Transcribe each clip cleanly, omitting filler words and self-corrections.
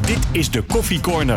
Dit is de Koffie Corner.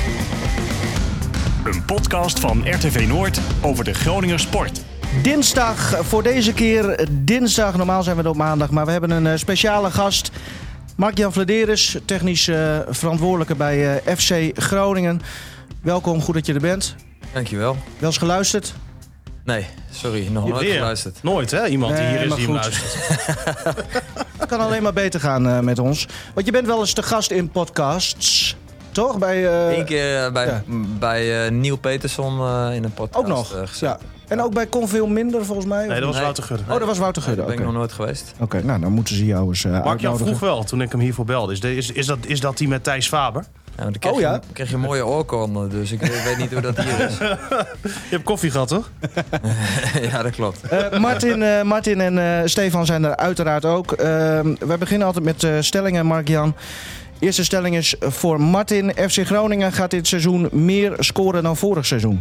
Een podcast van RTV Noord over de Groninger sport. Dinsdag, voor deze keer dinsdag. Normaal zijn we er op maandag, maar we hebben een speciale gast. Mark-Jan Vladeris, technisch verantwoordelijke bij FC Groningen. Welkom, goed dat je er bent. Dankjewel. Wel eens geluisterd? Nee, sorry, nog nooit geluisterd. Nooit, hè? Iemand die hier is die hem luistert. Het kan alleen maar beter gaan met ons. Want je bent wel eens te gast in podcasts, toch? Eén keer bij Neil Peterson in een podcast. Ook nog, ja. En ook bij Kon Veel Minder, volgens mij? Nee, dat was Wouter Gudde. Oh, dat was Wouter Gudde. Daar ben ik nog nooit geweest. Oké, nou, dan moeten ze jou eens Mark-Jan vroeg wel, toen ik hem hiervoor belde. Is dat die met Thijs Faber? Ja, dan kreeg je een mooie oorkorn, dus ik weet niet hoe dat hier is. Je hebt koffie gehad, toch? Ja, dat klopt. Martin en Stefan zijn er uiteraard ook. We beginnen altijd met stellingen, Mark-Jan. Eerste stelling is voor Martin. FC Groningen gaat dit seizoen meer scoren dan vorig seizoen.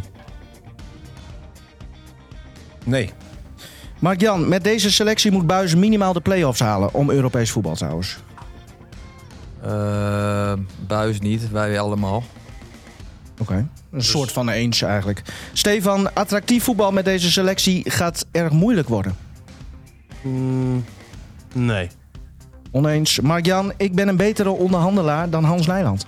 Nee. Mark-Jan, met deze selectie moet Buijs minimaal de play-offs halen om Europees voetbal trouwens. Buijs niet, wij allemaal. Oké. Een soort van eens eigenlijk. Stefan, attractief voetbal met deze selectie gaat erg moeilijk worden. Nee. Oneens. Mark-Jan, ik ben een betere onderhandelaar dan Hans Nijland.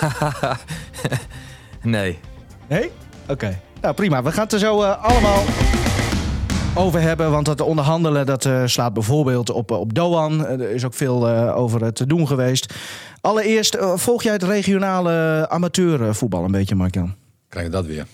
Nee. Nee? Oké. Nou prima, we gaan het er zo allemaal over hebben. Want dat onderhandelen dat slaat bijvoorbeeld op Doan. Er is ook veel over te doen geweest. Allereerst, volg jij het regionale amateurvoetbal een beetje, Mark-Jan? Krijg je dat weer?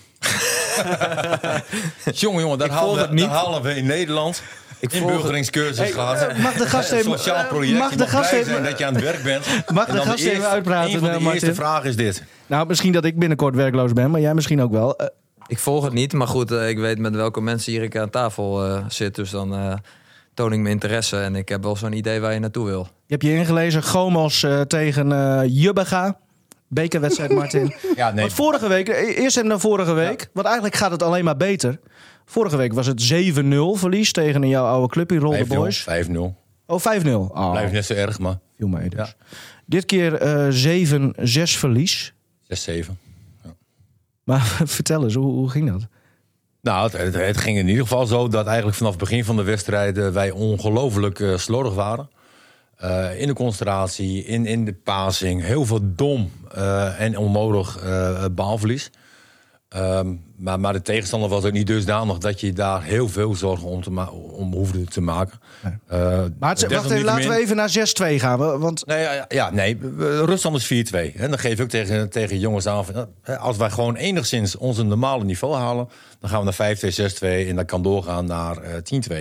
jongen, dat halen we in Nederland. Inburgeringscursus gehad. Mag de gast even... Sociaal project. Mag de gast even... dat je aan het werk bent. Mag de gast even uitpraten, Een van de eerste Martin? vragen is dit. Nou, misschien dat ik binnenkort werkloos ben, maar jij misschien ook wel. Ik volg het niet, maar goed, ik weet met welke mensen hier ik aan tafel zit. Dus dan toon ik mijn interesse en ik heb wel zo'n idee waar je naartoe wil. Je hebt je ingelezen, Gomos tegen Jubbega. Bekerwedstrijd, Martin. Ja, nee. Want vorige week, eerst en dan vorige week, want eigenlijk gaat het alleen maar beter. Vorige week was het 7-0 verlies tegen jouw oude club, Rolde Boys. 5-0. Oh, 5-0. Oh, Blijft net zo erg, maar... viel mee dus. Ja. Dit keer 7-6 verlies. 6-7. Ja. Maar vertel eens, hoe ging dat? Nou, het ging in ieder geval zo dat eigenlijk vanaf het begin van de wedstrijd wij ongelooflijk slordig waren. In de concentratie, in de passing. Heel veel dom en onnodig balverlies. Maar de tegenstander was ook niet dusdanig dat je daar heel veel zorgen om hoefde te maken. Nee. Maar wacht even, laten we even naar 6-2 gaan. Want... Nee, ruststand is 4-2. En dan geef ik ook tegen jongens aan, als wij gewoon enigszins onze normale niveau halen, dan gaan we naar 5-2, 6-2 en dat kan doorgaan naar 10-2.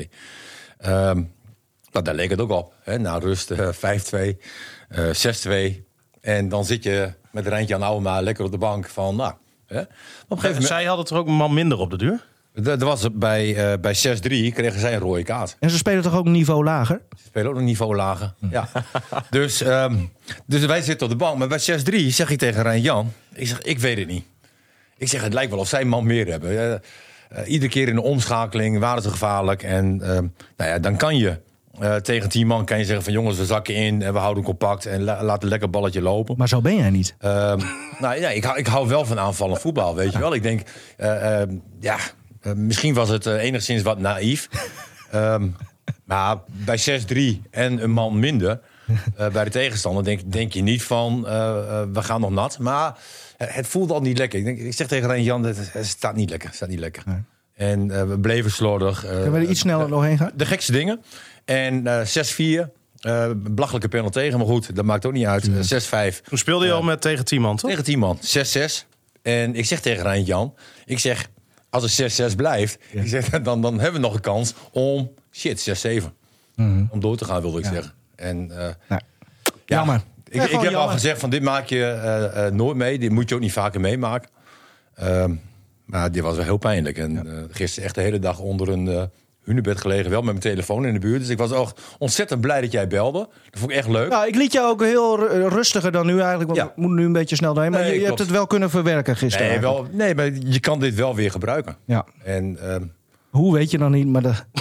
Daar leek het ook op. Na rust 5-2, 6-2. En dan zit je met Rijntje aan Ouwema lekker op de bank van... Nou, hè. Op een gegeven moment, zij hadden er ook een man minder op de duur? dat was bij 6-3 kregen zij een rode kaart. En ze spelen toch ook een niveau lager? Ze spelen ook een niveau lager. Ja. Dus wij zitten op de bank. Maar bij 6-3 zeg ik tegen Rijn-Jan... Ik weet het niet. Ik zeg, het lijkt wel of zij een man meer hebben. Iedere keer in de omschakeling waren ze gevaarlijk. En dan kan je... tegen 10 man kan je zeggen van jongens, we zakken in en we houden compact en laten een lekker balletje lopen. Maar zo ben jij niet. Ik hou wel van aanvallend voetbal, weet je wel. Ik denk, misschien was het enigszins wat naïef. Maar bij 6-3 en een man minder bij de tegenstander denk je niet van we gaan nog nat. Maar het voelt al niet lekker. Ik zeg tegen Rijn-Jan, het staat niet lekker. Nee. En we bleven slordig. Kunnen we er iets sneller doorheen gaan? De gekste dingen. En 6-4, belachelijke penalty tegen, maar goed, dat maakt ook niet uit. 6-5. Toen speelde je al met tegen 10 man, toch? Tegen 10 man, 6-6. En ik zeg tegen Rijn-Jan, als het 6-6 blijft, dan hebben we nog een kans om 6-7. Om door te gaan, wilde ik zeggen. En jammer. Ik heb al gezegd van dit maak je nooit mee, dit moet je ook niet vaker meemaken. Maar dit was wel heel pijnlijk. En gisteren echt de hele dag onder een hunebed gelegen, wel met mijn telefoon in de buurt. Dus ik was ook ontzettend blij dat jij belde. Dat vond ik echt leuk. Nou, ik liet jou ook heel rustiger dan nu eigenlijk. Want we moeten nu een beetje snel doorheen. Maar je hebt het wel kunnen verwerken gisteren. Nee, maar je kan dit wel weer gebruiken. Ja. En, hoe weet je dan niet, maar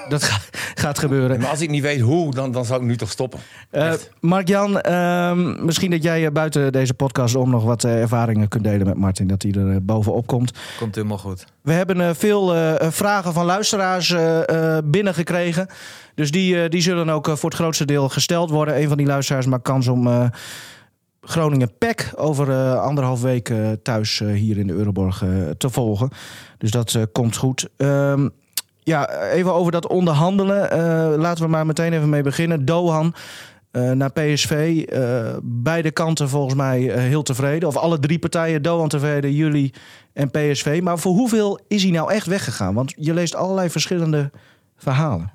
dat gaat gebeuren. Maar als ik niet weet hoe, dan zou ik nu toch stoppen. Mark-Jan, misschien dat jij buiten deze podcast om nog wat ervaringen kunt delen met Martin. Dat hij er bovenop komt. Komt helemaal goed. We hebben veel vragen van luisteraars binnengekregen. Dus die zullen ook voor het grootste deel gesteld worden. Een van die luisteraars maakt kans om Groningen PEC over 1,5 week thuis hier in de Euroborg te volgen. Dus dat komt goed. Even over dat onderhandelen. Laten we maar meteen even mee beginnen. Doan naar PSV. Beide kanten volgens mij heel tevreden. Of alle 3 partijen, Doan tevreden, jullie en PSV. Maar voor hoeveel is hij nou echt weggegaan? Want je leest allerlei verschillende verhalen.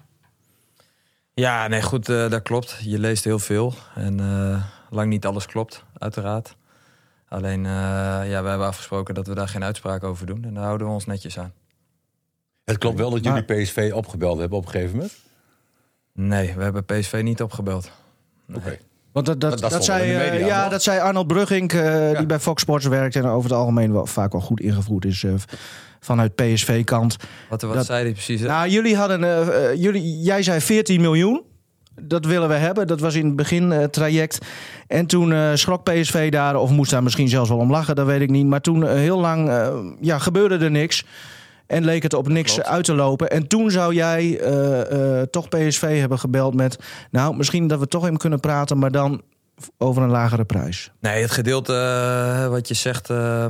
Ja, nee, goed, dat klopt. Je leest heel veel. En lang niet alles klopt, uiteraard. Alleen, we hebben afgesproken dat we daar geen uitspraak over doen. En daar houden we ons netjes aan. Het klopt wel dat jullie PSV opgebeld hebben op een gegeven moment? Nee, we hebben PSV niet opgebeld. Nee. Oké. Want dat zei Arnold Bruggink, die bij Fox Sports werkt en over het algemeen vaak wel goed ingevoerd is vanuit PSV-kant. Wat zei hij precies? Nou, jullie hadden, jij zei 14 miljoen. Dat willen we hebben. Dat was in het begin traject. En toen schrok PSV daar, of moest daar misschien zelfs wel om lachen, dat weet ik niet. Maar toen heel lang gebeurde er niks. En leek het op niks uit te lopen. En toen zou jij toch PSV hebben gebeld met... nou, misschien dat we toch even kunnen praten, maar dan over een lagere prijs. Nee, het gedeelte wat je zegt...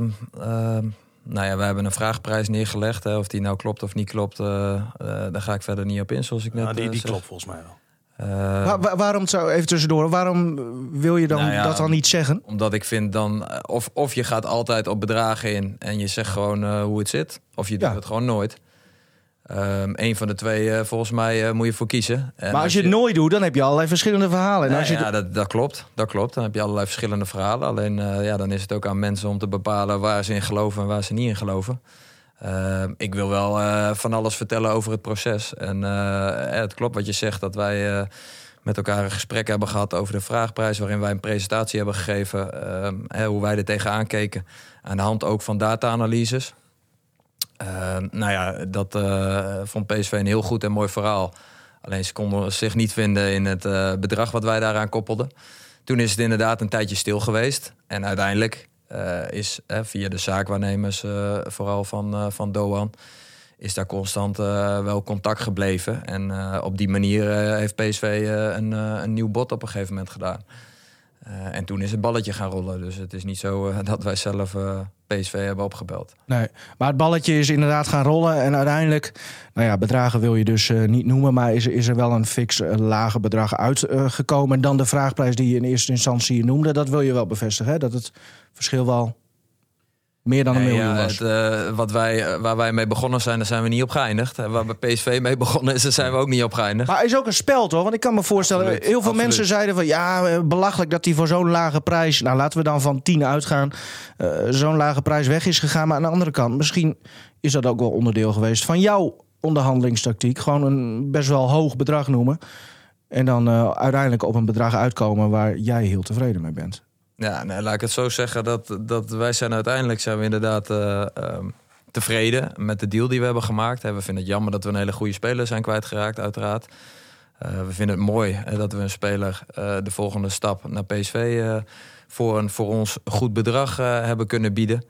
we hebben een vraagprijs neergelegd. Of die nou klopt of niet klopt, daar ga ik verder niet op in, zoals ik net die zeg. klopt volgens mij wel. Waarom, even tussendoor, waarom wil je dan dat dan niet zeggen? Omdat ik vind dan... Of je gaat altijd op bedragen in en je zegt gewoon hoe het zit. Of je doet het gewoon nooit. Eén van de twee, volgens mij, moet je voor kiezen. En maar als je het nooit doet, dan heb je allerlei verschillende verhalen. Dat klopt. Dan heb je allerlei verschillende verhalen. Alleen dan is het ook aan mensen om te bepalen waar ze in geloven en waar ze niet in geloven. Ik wil wel van alles vertellen over het proces. En het klopt wat je zegt, dat wij met elkaar een gesprek hebben gehad over de vraagprijs, waarin wij een presentatie hebben gegeven, hoe wij er tegenaan keken. Aan de hand ook van data-analyses. Dat vond PSV een heel goed en mooi verhaal. Alleen ze konden zich niet vinden in het bedrag wat wij daaraan koppelden. Toen is het inderdaad een tijdje stil geweest. En uiteindelijk is via de zaakwaarnemers, vooral van Doan, is daar constant wel contact gebleven. En op die manier heeft PSV een nieuw bod op een gegeven moment gedaan. En toen is het balletje gaan rollen. Dus het is niet zo dat wij zelf PSV hebben opgebeld. Nee, maar het balletje is inderdaad gaan rollen. En uiteindelijk, bedragen wil je dus niet noemen. Maar is er wel een fix lager bedrag uitgekomen. En dan de vraagprijs die je in eerste instantie noemde. Dat wil je wel bevestigen, hè? Dat het verschil wel meer dan 1 miljoen was. Waar wij mee begonnen zijn, daar zijn we niet op geëindigd. En waar bij PSV mee begonnen is, daar zijn we ook niet op geëindigd. Maar is ook een spel, toch? Want ik kan me voorstellen, heel veel mensen zeiden van... belachelijk dat hij voor zo'n lage prijs... Nou, laten we dan van 10 uitgaan. Zo'n lage prijs weg is gegaan. Maar aan de andere kant, misschien is dat ook wel onderdeel geweest van jouw onderhandelingstactiek. Gewoon een best wel hoog bedrag noemen. En dan uiteindelijk op een bedrag uitkomen waar jij heel tevreden mee bent. Ja, laat ik het zo zeggen dat wij zijn uiteindelijk inderdaad tevreden met de deal die we hebben gemaakt. We vinden het jammer dat we een hele goede speler zijn kwijtgeraakt, uiteraard. We vinden het mooi dat we een speler de volgende stap naar PSV voor ons goed bedrag hebben kunnen bieden.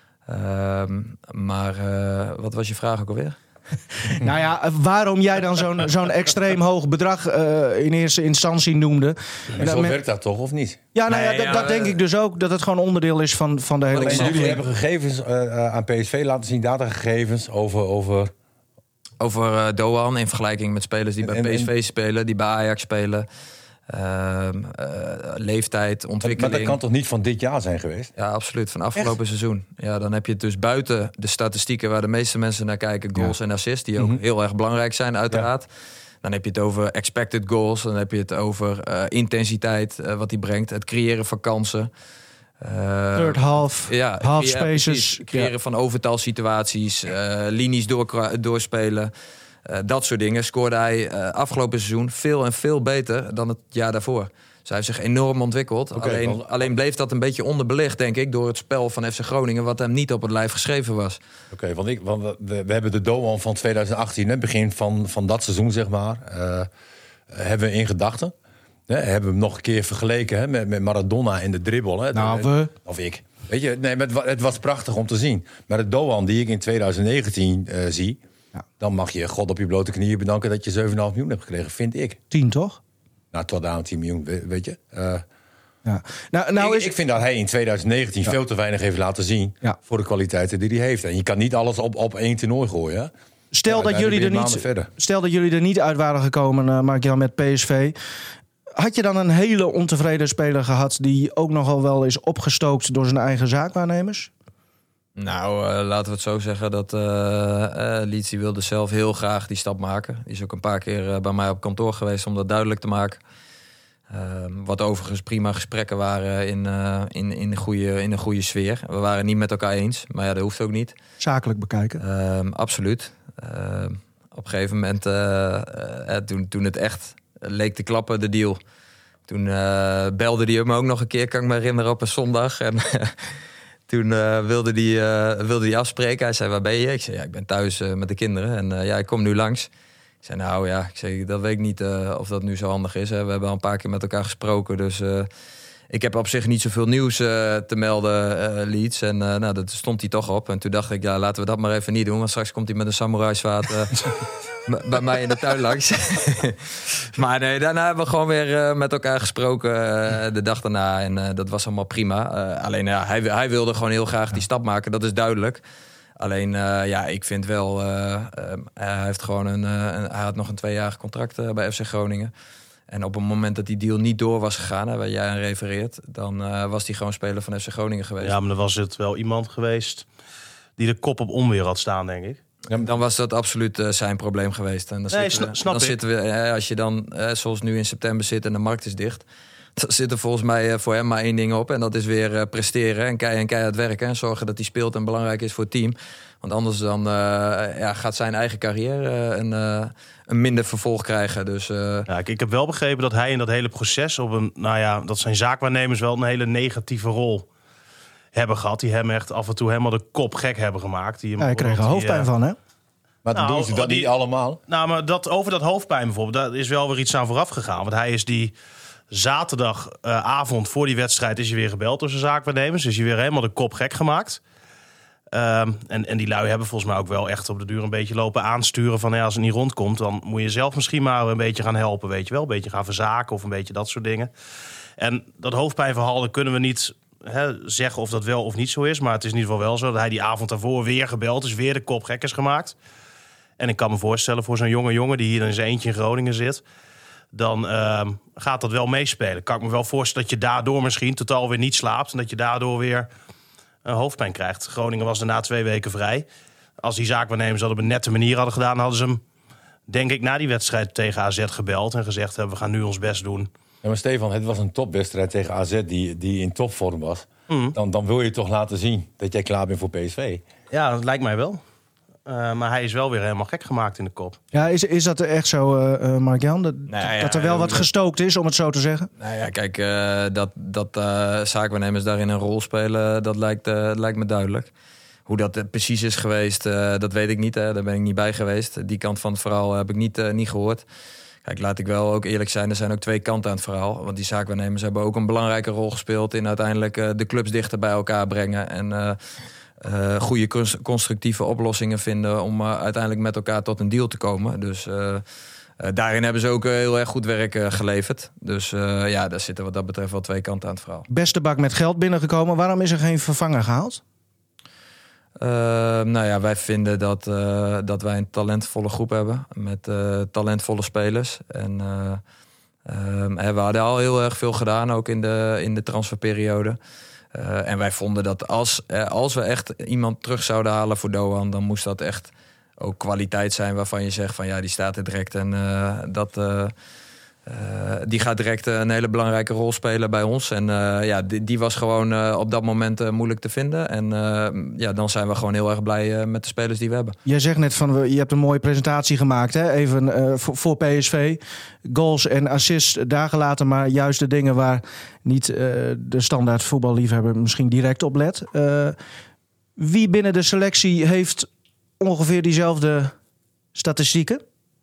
Maar wat was je vraag ook alweer? Nou ja, waarom jij dan zo'n extreem hoog bedrag in eerste instantie noemde. Maar zo werkt dat toch, of niet? Ja, dat denk ik dus ook. Dat het gewoon onderdeel is van de hele... Jullie hebben gegevens aan PSV laten zien, datagegevens over Doan in vergelijking met spelers die bij PSV spelen, die bij Ajax spelen. Leeftijd, ontwikkeling. Maar dat kan toch niet van dit jaar zijn geweest? Ja, absoluut. Van afgelopen seizoen. Ja, dan heb je het dus buiten de statistieken waar de meeste mensen naar kijken, goals en assists, die ook heel erg belangrijk zijn, uiteraard. Ja. Dan heb je het over expected goals, dan heb je het over intensiteit, wat die brengt, het creëren van kansen. Third half, half spaces. Creëren van overtalsituaties, linies doorspelen. Dat soort dingen scoorde hij afgelopen seizoen veel en veel beter dan het jaar daarvoor. Dus hij heeft zich enorm ontwikkeld. Alleen bleef dat een beetje onderbelicht, denk ik, door het spel van FC Groningen, wat hem niet op het lijf geschreven was. Oké, want we hebben de Doan van 2018, het begin van dat seizoen, zeg maar, hebben we in gedachten. Hebben we hem nog een keer vergeleken met Maradona in de dribbel. Of ik. Weet je, nee, het was prachtig om te zien. Maar de Doan die ik in 2019 zie, dan mag je God op je blote knieën bedanken dat je 7,5 miljoen hebt gekregen, vind ik. 10, toch? Nou, tot aan 10 miljoen, weet je. Ik vind dat hij in 2019 veel te weinig heeft laten zien voor de kwaliteiten die hij heeft. En je kan niet alles op één toernooi gooien. Hè? Stel dat jullie er niet uit waren gekomen, Mark-Jan, met PSV. Had je dan een hele ontevreden speler gehad die ook nogal wel is opgestookt door zijn eigen zaakwaarnemers? Nou, laten we het zo zeggen dat Leeds die wilde zelf heel graag die stap maken. Die is ook een paar keer bij mij op kantoor geweest om dat duidelijk te maken. Wat overigens prima gesprekken waren in een goede sfeer. We waren het niet met elkaar eens, maar ja, dat hoeft ook niet. Zakelijk bekijken? Absoluut. Op een gegeven moment, toen het echt leek te klappen, de deal. Toen belde hij me ook nog een keer, kan ik me herinneren, op een zondag. En toen wilde hij afspreken. Hij zei, waar ben je? Ik zei, ik ben thuis met de kinderen. En ik kom nu langs. Ik zei, dat weet ik niet of dat nu zo handig is. Hè. We hebben al een paar keer met elkaar gesproken. Dus ik heb op zich niet zoveel nieuws te melden, Leeds. En dat stond hij toch op. En toen dacht ik, laten we dat maar even niet doen. Want straks komt hij met een samurai zwaard bij mij in de tuin langs. Maar nee, daarna hebben we gewoon weer met elkaar gesproken de dag daarna. En dat was allemaal prima. Alleen hij wilde gewoon heel graag die stap maken. Dat is duidelijk. Alleen, ik vind wel... hij heeft gewoon hij had nog een 2-jarig contract bij FC Groningen. En op het moment dat die deal niet door was gegaan, waar jij aan refereert, dan was hij gewoon speler van FC Groningen geweest. Ja, maar dan was het wel iemand geweest die de kop op onweer had staan, denk ik. Ja, dan was dat absoluut zijn probleem geweest. En dan zitten we, als je dan zoals nu in september zit en de markt is dicht, dan zit er volgens mij voor hem maar één ding op. En dat is weer presteren en keihard werken. En zorgen dat hij speelt en belangrijk is voor het team. Want anders dan gaat zijn eigen carrière een minder vervolg krijgen. Dus, ik heb wel begrepen dat hij in dat hele proces dat zijn zaakwaarnemers wel een hele negatieve rol hebben gehad. Die hem echt af en toe helemaal de kop gek hebben gemaakt. Hij kreeg er hoofdpijn van, hè? Maar dan doen ze dat niet allemaal. Nou, maar over dat hoofdpijn bijvoorbeeld, daar is wel weer iets aan vooraf gegaan. Want hij is die zaterdagavond voor die wedstrijd is hij weer gebeld door zijn zaakwaarnemers. Dus hij weer helemaal de kop gek gemaakt. En die lui hebben volgens mij ook wel echt op de duur een beetje lopen aansturen van als het niet rondkomt, dan moet je zelf misschien maar een beetje gaan helpen, weet je wel. Een beetje gaan verzaken of een beetje dat soort dingen. En dat hoofdpijnverhaal, dan kunnen we niet zeggen of dat wel of niet zo is. Maar het is in ieder geval wel zo dat hij die avond daarvoor weer gebeld is, weer de kop gek is gemaakt. En ik kan me voorstellen voor zo'n jonge jongen die hier in zijn eentje in Groningen zit, dan gaat dat wel meespelen. Kan ik me wel voorstellen dat je daardoor misschien totaal weer niet slaapt en dat je daardoor weer hoofdpijn krijgt. Groningen was daarna 2 weken vrij. Als die zaakwaarnemers dat op een nette manier hadden gedaan, hadden ze hem, denk ik, na die wedstrijd tegen AZ gebeld en gezegd we gaan nu ons best doen. Ja, maar Stefan, het was een topwedstrijd tegen AZ die in topvorm was. Dan wil je toch laten zien dat jij klaar bent voor PSV. Ja, dat lijkt mij wel. Maar hij is wel weer helemaal gek gemaakt in de kop. Ja, is dat echt zo, Mark-Jan? Dat er wel wat gestookt is, om het zo te zeggen? Nou ja, kijk, dat zaakwaarnemers daarin een rol spelen, dat lijkt me duidelijk. Hoe dat precies is geweest, dat weet ik niet. Daar ben ik niet bij geweest. Die kant van het verhaal heb ik niet gehoord. Kijk, laat ik wel ook eerlijk zijn, er zijn ook 2 kanten aan het verhaal. Want die zaakwaarnemers hebben ook een belangrijke rol gespeeld in uiteindelijk de clubs dichter bij elkaar brengen. En goede constructieve oplossingen vinden om uiteindelijk met elkaar tot een deal te komen. Dus daarin hebben ze ook heel erg goed werk geleverd. Dus daar zitten wat dat betreft wel 2 kanten aan het verhaal. Beste bak met geld binnengekomen. Waarom is er geen vervanger gehaald? Wij vinden dat wij een talentvolle groep hebben met talentvolle spelers. En we hadden al heel erg veel gedaan, ook in de transferperiode. En wij vonden dat als we echt iemand terug zouden halen voor Doan, dan moest dat echt ook kwaliteit zijn waarvan je zegt van die staat er direct. En Die gaat direct een hele belangrijke rol spelen bij ons. En die was gewoon op dat moment moeilijk te vinden. En dan zijn we gewoon heel erg blij met de spelers die we hebben. Jij zegt net van, je hebt een mooie presentatie gemaakt, hè? Even voor PSV. Goals en assists daar gelaten, maar juist de dingen waar niet de standaard voetballiefhebber misschien direct op let. Wie binnen de selectie heeft ongeveer diezelfde statistieken?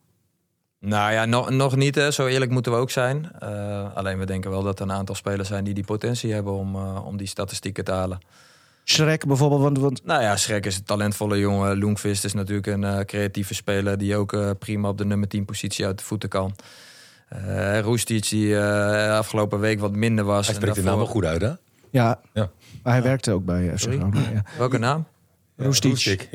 Nou ja, nog niet. Hè. Zo eerlijk moeten we ook zijn. Alleen we denken wel dat er een aantal spelers zijn die potentie hebben om die statistieken te halen. Schrek bijvoorbeeld? Nou ja, Schrek is een talentvolle jongen. Loenqvist is natuurlijk een creatieve speler die ook prima op de nummer 10 positie uit de voeten kan. Roestic die afgelopen week wat minder was. Hij spreekt de naam wel goed uit, hè? Ja. Maar hij werkte ook bij FC Groningen. Ja. Welke naam? Roestic.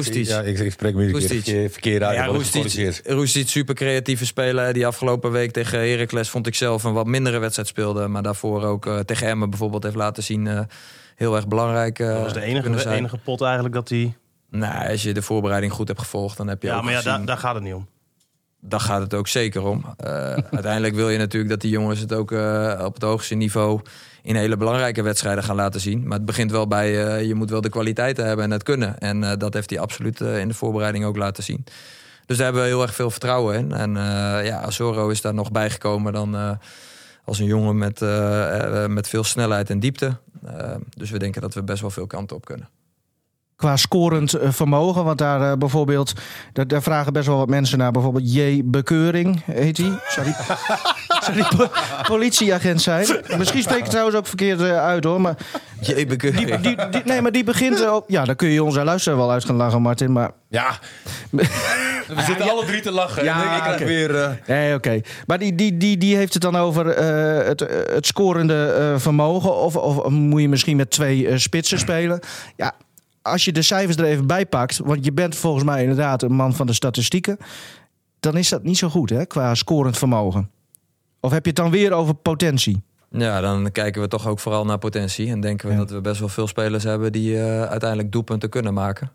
Ik spreek me een verkeerd uit. Roestic, super creatieve speler. Die afgelopen week tegen Heracles vond ik zelf een wat mindere wedstrijd speelde. Maar daarvoor ook tegen Emmen bijvoorbeeld heeft laten zien heel erg belangrijk. Dat was de enige pot eigenlijk dat hij... Nou, als je de voorbereiding goed hebt gevolgd, dan heb je ook gezien... daar gaat het niet om. Daar gaat het ook zeker om. Uiteindelijk wil je natuurlijk dat die jongens het ook op het hoogste niveau in hele belangrijke wedstrijden gaan laten zien. Maar het begint wel bij, je moet wel de kwaliteiten hebben en het kunnen. En dat heeft hij absoluut in de voorbereiding ook laten zien. Dus daar hebben we heel erg veel vertrouwen in. En Azorro is daar nog bijgekomen dan als een jongen met veel snelheid en diepte. Dus we denken dat we best wel veel kanten op kunnen. Qua scorend vermogen, want daar bijvoorbeeld... Daar vragen best wel wat mensen naar. Bijvoorbeeld J. Bekeuring, heet hij. Zou die politieagent zijn? Misschien spreek ik het trouwens ook verkeerd uit, hoor. Maar J. Bekeuring. Nee, maar die begint... Ja, daar kun je onze luisteraar wel uit gaan lachen, Martin, maar... Ja, we zitten alle drie te lachen. Ja, ik krijg weer... Nee, oké. Maar die heeft het dan over het scorende vermogen. Of moet je misschien met 2 spitsen spelen? Ja... Als je de cijfers er even bij pakt, want je bent volgens mij inderdaad een man van de statistieken, dan is dat niet zo goed, hè, qua scorend vermogen. Of heb je het dan weer over potentie? Ja, dan kijken we toch ook vooral naar potentie. En denken we dat we best wel veel spelers hebben die uiteindelijk doelpunten kunnen maken.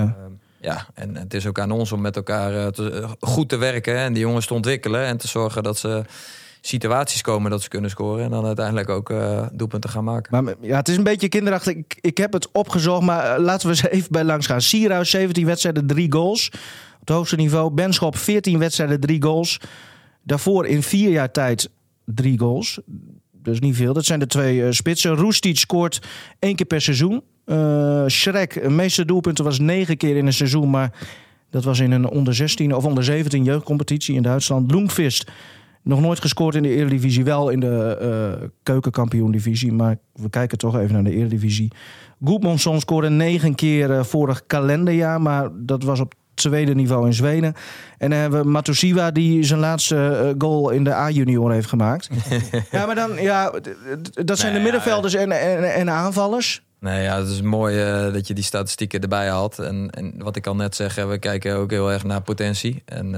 En het is ook aan ons om met elkaar goed te werken en die jongens te ontwikkelen en te zorgen dat ze situaties komen dat ze kunnen scoren en dan uiteindelijk ook doelpunten gaan maken. Maar ja, het is een beetje kinderachtig. Ik heb het opgezocht, maar laten we eens even bij langs gaan. Sierhuis, 17 wedstrijden, 3 goals. Op het hoogste niveau. Benschop, 14 wedstrijden, 3 goals. Daarvoor in 4 jaar tijd 3 goals. Dus niet veel. Dat zijn de 2 spitsen. Roestic scoort 1 keer per seizoen. Schrek, de meeste doelpunten was 9 keer in een seizoen, maar dat was in een onder 16 of onder 17 jeugdcompetitie in Duitsland. Loenqvist, nog nooit gescoord in de Eredivisie, wel in de keukenkampioen-divisie. Maar we kijken toch even naar de Eredivisie. Goedmanson scoorde 9 keer vorig kalenderjaar, maar dat was op tweede niveau in Zweden. En dan hebben we Matusiwa die zijn laatste goal in de A-junior heeft gemaakt. Ja, maar dan, dat zijn de middenvelders en aanvallers. Nee, ja, het is mooi dat je die statistieken erbij haalt. En wat ik al net zeg, we kijken ook heel erg naar potentie. En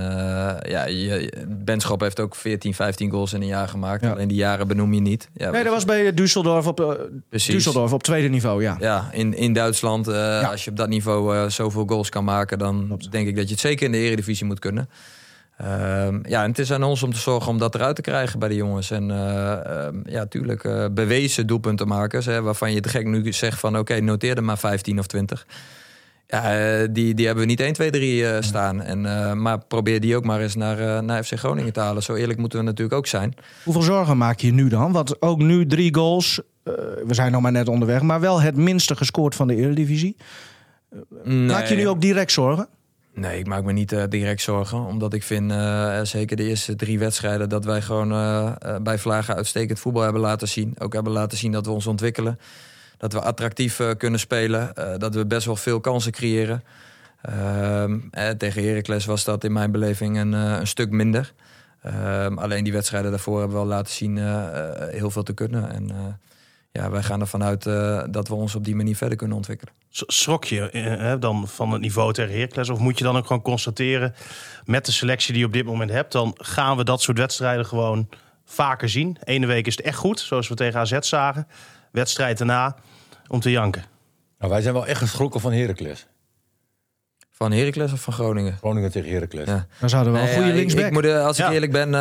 Benschop heeft ook 14, 15 goals in een jaar gemaakt. Ja. Alleen die jaren benoem je niet. Ja, nee, dat was bij Düsseldorf op tweede niveau, ja. Ja, in Duitsland, als je op dat niveau zoveel goals kan maken, dan denk ik dat je het zeker in de Eredivisie moet kunnen. En het is aan ons om te zorgen om dat eruit te krijgen bij de jongens. En tuurlijk bewezen doelpuntenmakers, waarvan je te gek nu zegt van oké, noteer er maar 15 of 20. Ja, die hebben we niet 1, 2, 3 staan. Maar probeer die ook maar eens naar FC Groningen te halen. Zo eerlijk moeten we natuurlijk ook zijn. Hoeveel zorgen maak je nu dan? Want ook nu 3 goals. We zijn nog maar net onderweg, maar wel het minste gescoord van de Eredivisie. Maak je nu ook direct zorgen? Nee, ik maak me niet direct zorgen. Omdat ik vind, zeker de eerste 3 wedstrijden, dat wij gewoon bij Vlagen uitstekend voetbal hebben laten zien. Ook hebben laten zien dat we ons ontwikkelen. Dat we attractief kunnen spelen. Dat we best wel veel kansen creëren. Tegen Heracles was dat in mijn beleving een stuk minder. Alleen die wedstrijden daarvoor hebben we wel laten zien heel veel te kunnen. En wij gaan ervan uit dat we ons op die manier verder kunnen ontwikkelen. Schrok je dan van het niveau tegen Heracles? Of moet je dan ook gewoon constateren, met de selectie die je op dit moment hebt, dan gaan we dat soort wedstrijden gewoon vaker zien? Ene week is het echt goed, zoals we tegen AZ zagen. Wedstrijd daarna om te janken. Nou, wij zijn wel echt geschrokken van Heracles. Van Heracles of van Groningen? Groningen tegen Heracles. Ja. Dan zouden we wel een goede linksback. Als ik eerlijk ben,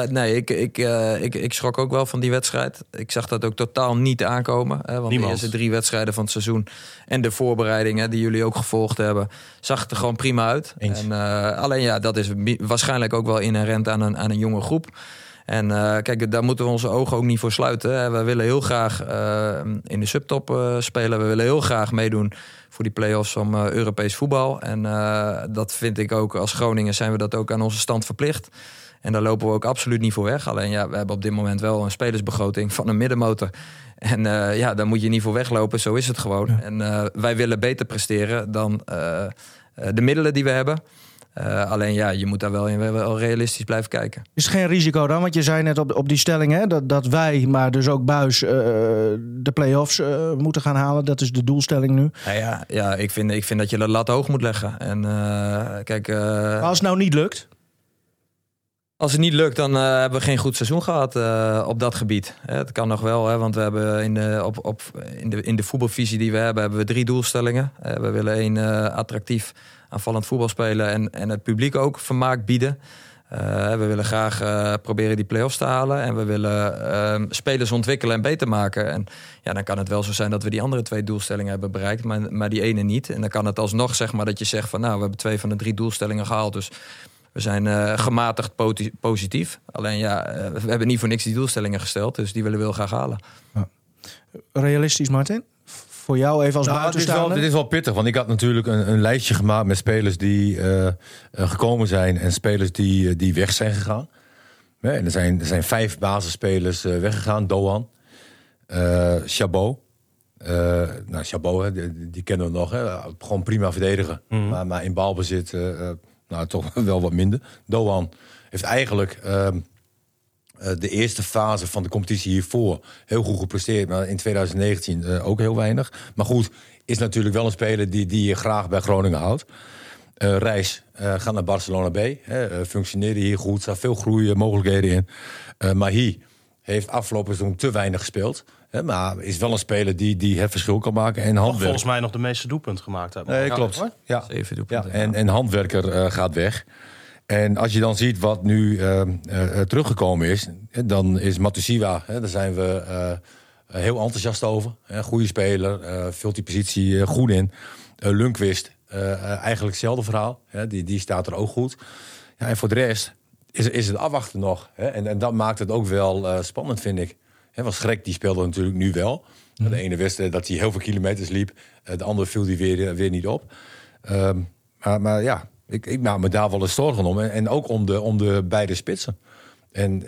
ik schrok ook wel van die wedstrijd. Ik zag dat ook totaal niet aankomen. Want de eerste 3 wedstrijden van het seizoen en de voorbereidingen die jullie ook gevolgd hebben, zag het er gewoon prima uit. En, alleen dat is waarschijnlijk ook wel inherent aan een jonge groep. En kijk, daar moeten we onze ogen ook niet voor sluiten. We willen heel graag in de subtop spelen. We willen heel graag meedoen voor die play-offs om Europees voetbal. En dat vind ik ook, als Groningen zijn we dat ook aan onze stand verplicht. En daar lopen we ook absoluut niet voor weg. Alleen we hebben op dit moment wel een spelersbegroting van een middenmotor. En daar moet je niet voor weglopen, zo is het gewoon. Ja. En wij willen beter presteren dan de middelen die we hebben. Alleen je moet daar wel realistisch blijven kijken. Is geen risico dan? Want je zei net op die stelling, hè, dat wij, maar dus ook Buis, de play-offs moeten gaan halen. Dat is de doelstelling nu. Ja, ik vind dat je de lat hoog moet leggen. En kijk, maar als het nou niet lukt? Als het niet lukt, dan hebben we geen goed seizoen gehad op dat gebied. Het kan nog wel, want we hebben in de voetbalvisie die we hebben we 3 doelstellingen. We willen 1 attractief aanvallend voetbal spelen en het publiek ook vermaak bieden. We willen graag proberen die play-offs te halen. En we willen spelers ontwikkelen en beter maken. En dan kan het wel zo zijn dat we die andere 2 doelstellingen hebben bereikt, maar die ene niet. En dan kan het alsnog zeg maar dat je zegt van we hebben 2 van de 3 doelstellingen gehaald. Dus we zijn gematigd positief. Alleen we hebben niet voor niks die doelstellingen gesteld. Dus die willen we heel graag halen. Ja. Realistisch, Martin? Voor jou even als buitenstaander? Dit is wel pittig, want ik had natuurlijk een lijstje gemaakt met spelers die gekomen zijn en spelers die weg zijn gegaan. En er zijn 5 basisspelers weggegaan. Doan, Chabot. Chabot, die kennen we nog. Hè. Gewoon prima verdedigen. Mm-hmm. Maar in balbezit toch wel wat minder. Doan heeft eigenlijk de eerste fase van de competitie hiervoor heel goed gepresteerd. Maar in 2019 ook heel weinig. Maar goed, is natuurlijk wel een speler die je graag bij Groningen houdt. Reis gaat naar Barcelona B. Functioneerde hier goed. Er staan veel groeimogelijkheden in. Mahi heeft afgelopen seizoen te weinig gespeeld. Maar is wel een speler die het verschil kan maken. En handwerker. Volgens mij nog de meeste doelpunten gemaakt hebben. Nee, klopt. Ja. 7 doelpunten. Ja. En handwerker gaat weg. En als je dan ziet wat nu teruggekomen is, dan is Matusiwa, daar zijn we heel enthousiast over. Goede speler, vult die positie goed in. Lundqvist, eigenlijk hetzelfde verhaal. Die staat er ook goed. Ja, en voor de rest is het afwachten nog. En dat maakt het ook wel spannend, vind ik. Want Schrek die speelde natuurlijk nu wel. De ene wedstrijd dat hij heel veel kilometers liep. De andere viel hij weer niet op. Maar ja, ik maak me daar wel eens zorgen om. En ook om de beide spitsen. En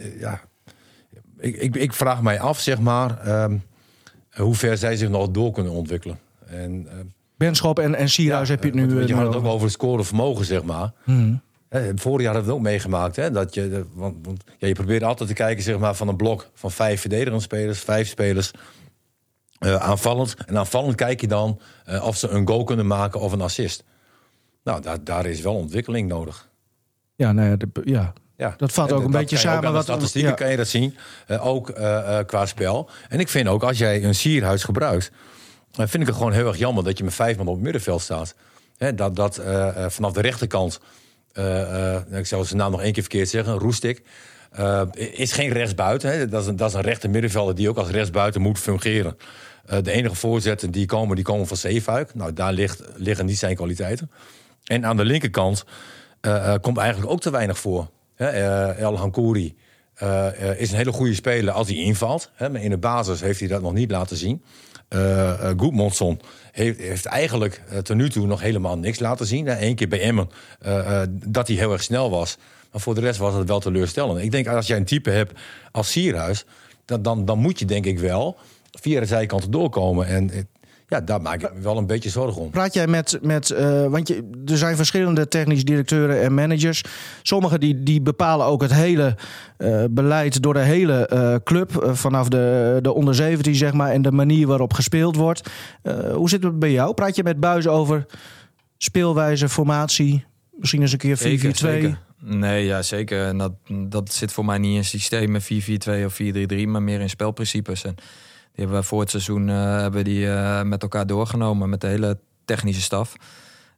ik vraag mij af, zeg maar, hoe ver zij zich nog door kunnen ontwikkelen. En Benschop en Sierhuis heb je het nu. Je had het ook over het scorevermogen, zeg maar. Vorig jaar hebben we het ook meegemaakt. Hè, dat je, want je probeert altijd te kijken, zeg maar, van een blok van 5 verdedigende spelers, 5 spelers aanvallend. En aanvallend kijk je dan of ze een goal kunnen maken of een assist. Nou, daar is wel ontwikkeling nodig. Ja, dat valt ook een beetje samen. Wat statistieken kan je dat zien, ook qua spel. En ik vind ook, als jij een Sierhuis gebruikt, vind ik het gewoon heel erg jammer dat je met 5 man op het middenveld staat. Dat vanaf de rechterkant, ik zal zijn naam nog 1 keer verkeerd zeggen, Roestik, is geen rechtsbuiten. Hè. Dat is een rechter middenvelder die ook als rechtsbuiten moet fungeren. De enige voorzetten die komen van Zeefuik. Nou, daar liggen niet zijn kwaliteiten. En aan de linkerkant komt eigenlijk ook te weinig voor. El Hankouri is een hele goede speler als hij invalt. Maar in de basis heeft hij dat nog niet laten zien. Goedmondson heeft eigenlijk tot nu toe nog helemaal niks laten zien. 1 keer bij Emmen dat hij heel erg snel was. Maar voor de rest was het wel teleurstellend. Ik denk, als jij een type hebt als Sierhuis, dan moet je denk ik wel via de zijkanten doorkomen. En daar maak ik me wel een beetje zorgen om. Praat jij met want er zijn verschillende technisch directeuren en managers. Sommigen die bepalen ook het hele beleid door de hele club. Vanaf de onder 17, zeg maar, en de manier waarop gespeeld wordt. Hoe zit het bij jou? Praat je met Buis over speelwijze, formatie? Misschien eens een keer 4-4-2? Zeker. Nee, ja, zeker. En dat zit voor mij niet in systemen 4-4-2 of 4-3-3, maar meer in spelprincipes. En die hebben we voor het seizoen met elkaar doorgenomen met de hele technische staf.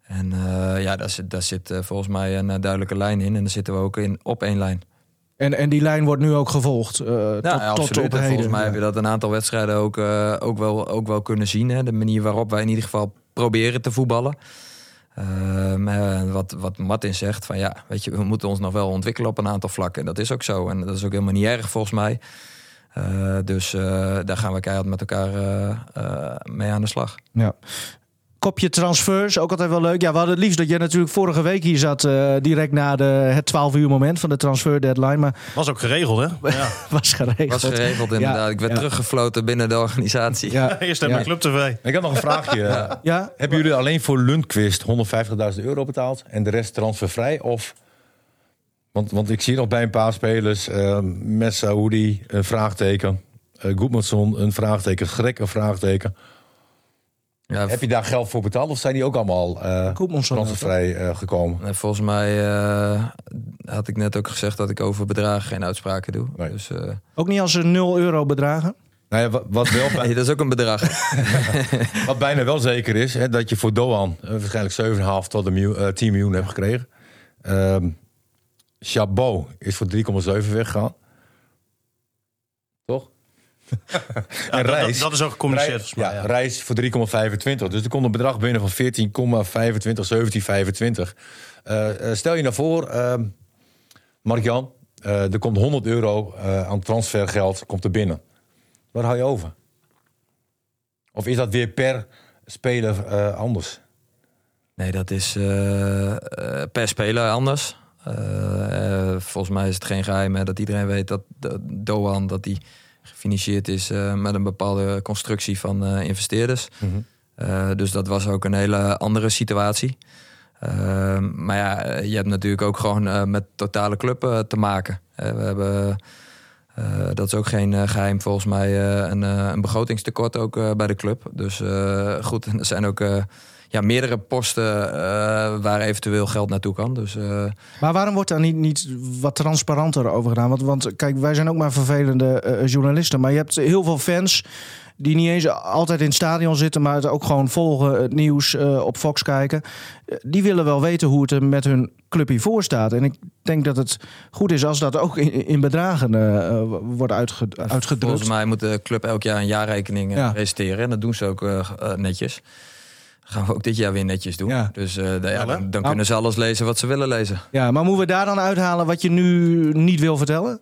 En daar zit volgens mij een duidelijke lijn in. En daar zitten we ook op 1 lijn. En die lijn wordt nu ook gevolgd tot op heden. Volgens mij heb je dat een aantal wedstrijden ook wel kunnen zien. Hè? De manier waarop wij in ieder geval proberen te voetballen. Wat Martin zegt, van ja, weet je, we moeten ons nog wel ontwikkelen op een aantal vlakken. En dat is ook zo. En dat is ook helemaal niet erg volgens mij. Dus daar gaan we keihard met elkaar mee aan de slag. Ja. Kopje transfers, ook altijd wel leuk. Ja, we hadden het liefst dat jij natuurlijk vorige week hier zat, direct na het 12 uur moment van de transfer deadline. Maar Was ook geregeld, hè? Ja. was geregeld. Inderdaad. Ik werd teruggefloten binnen de organisatie. Ja. Eerst hebben we Club TV. Ik had nog een vraagje. Ja? Hebben jullie alleen voor Lundqvist 150.000 euro betaald en de rest transfervrij? Of... Want ik zie nog bij een paar spelers, Messaoudi, een vraagteken. Goedmanson, een vraagteken. Grek, een vraagteken. Ja, Heb je daar geld voor betaald of zijn die ook allemaal transfervrij gekomen? Volgens mij had ik net ook gezegd dat ik over bedragen geen uitspraken doe. Nee. Dus, Ook niet als ze €0 bedragen? Nou ja, wat wel nee, dat is ook een bedrag. wat bijna wel zeker is, hè, dat je voor Doan waarschijnlijk 7,5 tot 10 miljoen hebt gekregen. Chabot is voor 3,7 weggegaan. Toch? Ja, en Reis, dat is ook gecommuniceerd volgens mij. Ja. Reis voor 3,25. Dus er komt een bedrag binnen van 14,25, 17,25. Stel je nou voor, Mark-Jan, er komt €100 aan transfergeld komt er binnen. Wat hou je over? Of is dat weer per speler anders? Nee, dat is per speler anders. Volgens mij is het geen geheim dat iedereen weet dat Doan dat die gefinancierd is met een bepaalde constructie van investeerders. Mm-hmm. Dus dat was ook een hele andere situatie. Maar ja, je hebt natuurlijk ook gewoon met totale club te maken. We hebben, dat is ook geen geheim volgens mij, een begrotingstekort ook bij de club. Dus goed, er zijn ook meerdere posten waar eventueel geld naartoe kan. Dus, Maar waarom wordt daar niet wat transparanter over gedaan? Want kijk, wij zijn ook maar vervelende journalisten. Maar je hebt heel veel fans die niet eens altijd in het stadion zitten, maar het ook gewoon volgen, het nieuws op Fox kijken. Die willen wel weten hoe het er met hun club hiervoor staat. En ik denk dat het goed is als dat ook in bedragen wordt uitgedrukt. Volgens mij moet de club elk jaar een jaarrekening presenteren. En dat doen ze ook netjes. Gaan we ook dit jaar weer netjes doen. Ja. Dus dan kunnen ze alles lezen wat ze willen lezen. Ja, maar moeten we daar dan uithalen wat je nu niet wil vertellen?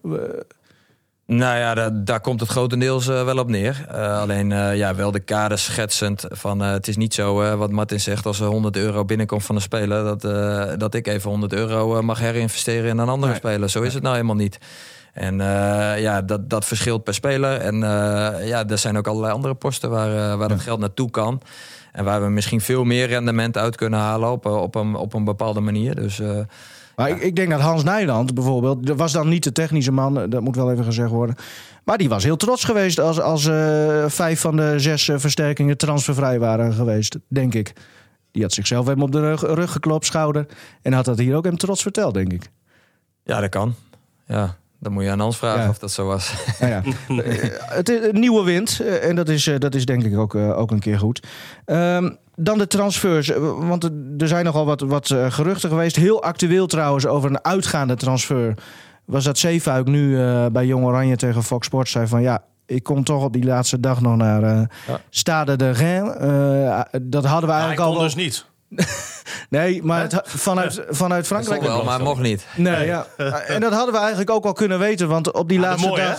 Nou ja, daar komt het grotendeels wel op neer. Alleen wel de kaders schetsend. Van, het is niet zo, wat Martin zegt, als er €100 binnenkomt van een speler, dat ik even €100 mag herinvesteren in een andere speler. Zo is het nou helemaal niet. En dat verschilt per speler. En er zijn ook allerlei andere posten waar dat geld naartoe kan. En waar we misschien veel meer rendement uit kunnen halen op een bepaalde manier. Dus, maar ik denk dat Hans Nijland bijvoorbeeld, dat was dan niet de technische man, dat moet wel even gezegd worden. Maar die was heel trots geweest als 5 van de 6 versterkingen transfervrij waren geweest, denk ik. Die had zichzelf even op de rug geklopt, schouder. En had dat hier ook hem trots verteld, denk ik. Ja, dat kan. Ja. Dan moet je aan Hans vragen of dat zo was. Ja. Het is een nieuwe wind. En dat is denk ik ook een keer goed. Dan de transfers. Want er zijn nogal wat geruchten geweest. Heel actueel trouwens over een uitgaande transfer. Was dat Zeefuik nu bij Jong Oranje tegen Fox Sports zei van ja, ik kom toch op die laatste dag nog naar Stade de Reims. Dat hadden we eigenlijk al. Dus niet. Nee, maar vanuit Frankrijk wel, maar mocht niet. Nee, ja. En dat hadden we eigenlijk ook al kunnen weten. Want op die laatste dag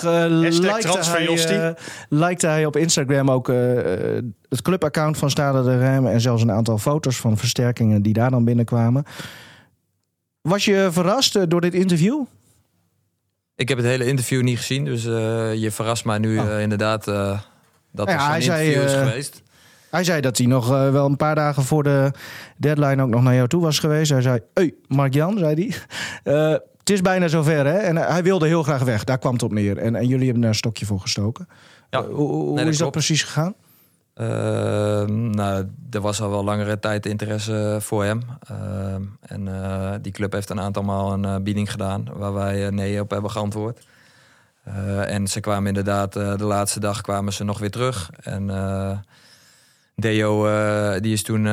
likte hij op Instagram ook het clubaccount van Stade de Reims. En zelfs een aantal foto's van versterkingen die daar dan binnenkwamen. Was je verrast door dit interview? Ik heb het hele interview niet gezien. Dus je verrast mij nu inderdaad dat er zo'n interview is geweest. Hij zei dat hij nog wel een paar dagen voor de deadline ook nog naar jou toe was geweest. Hij zei, hey, Mark-Jan, zei hij. Het is bijna zover, hè? En hij wilde heel graag weg. Daar kwam het op neer. En jullie hebben daar een stokje voor gestoken. Ja. Hoe is dat precies gegaan? Er was al wel langere tijd interesse voor hem. Die club heeft een aantal maal een bieding gedaan waar wij nee op hebben geantwoord. En ze kwamen inderdaad, de laatste dag kwamen ze nog weer terug. En Deo, die is toen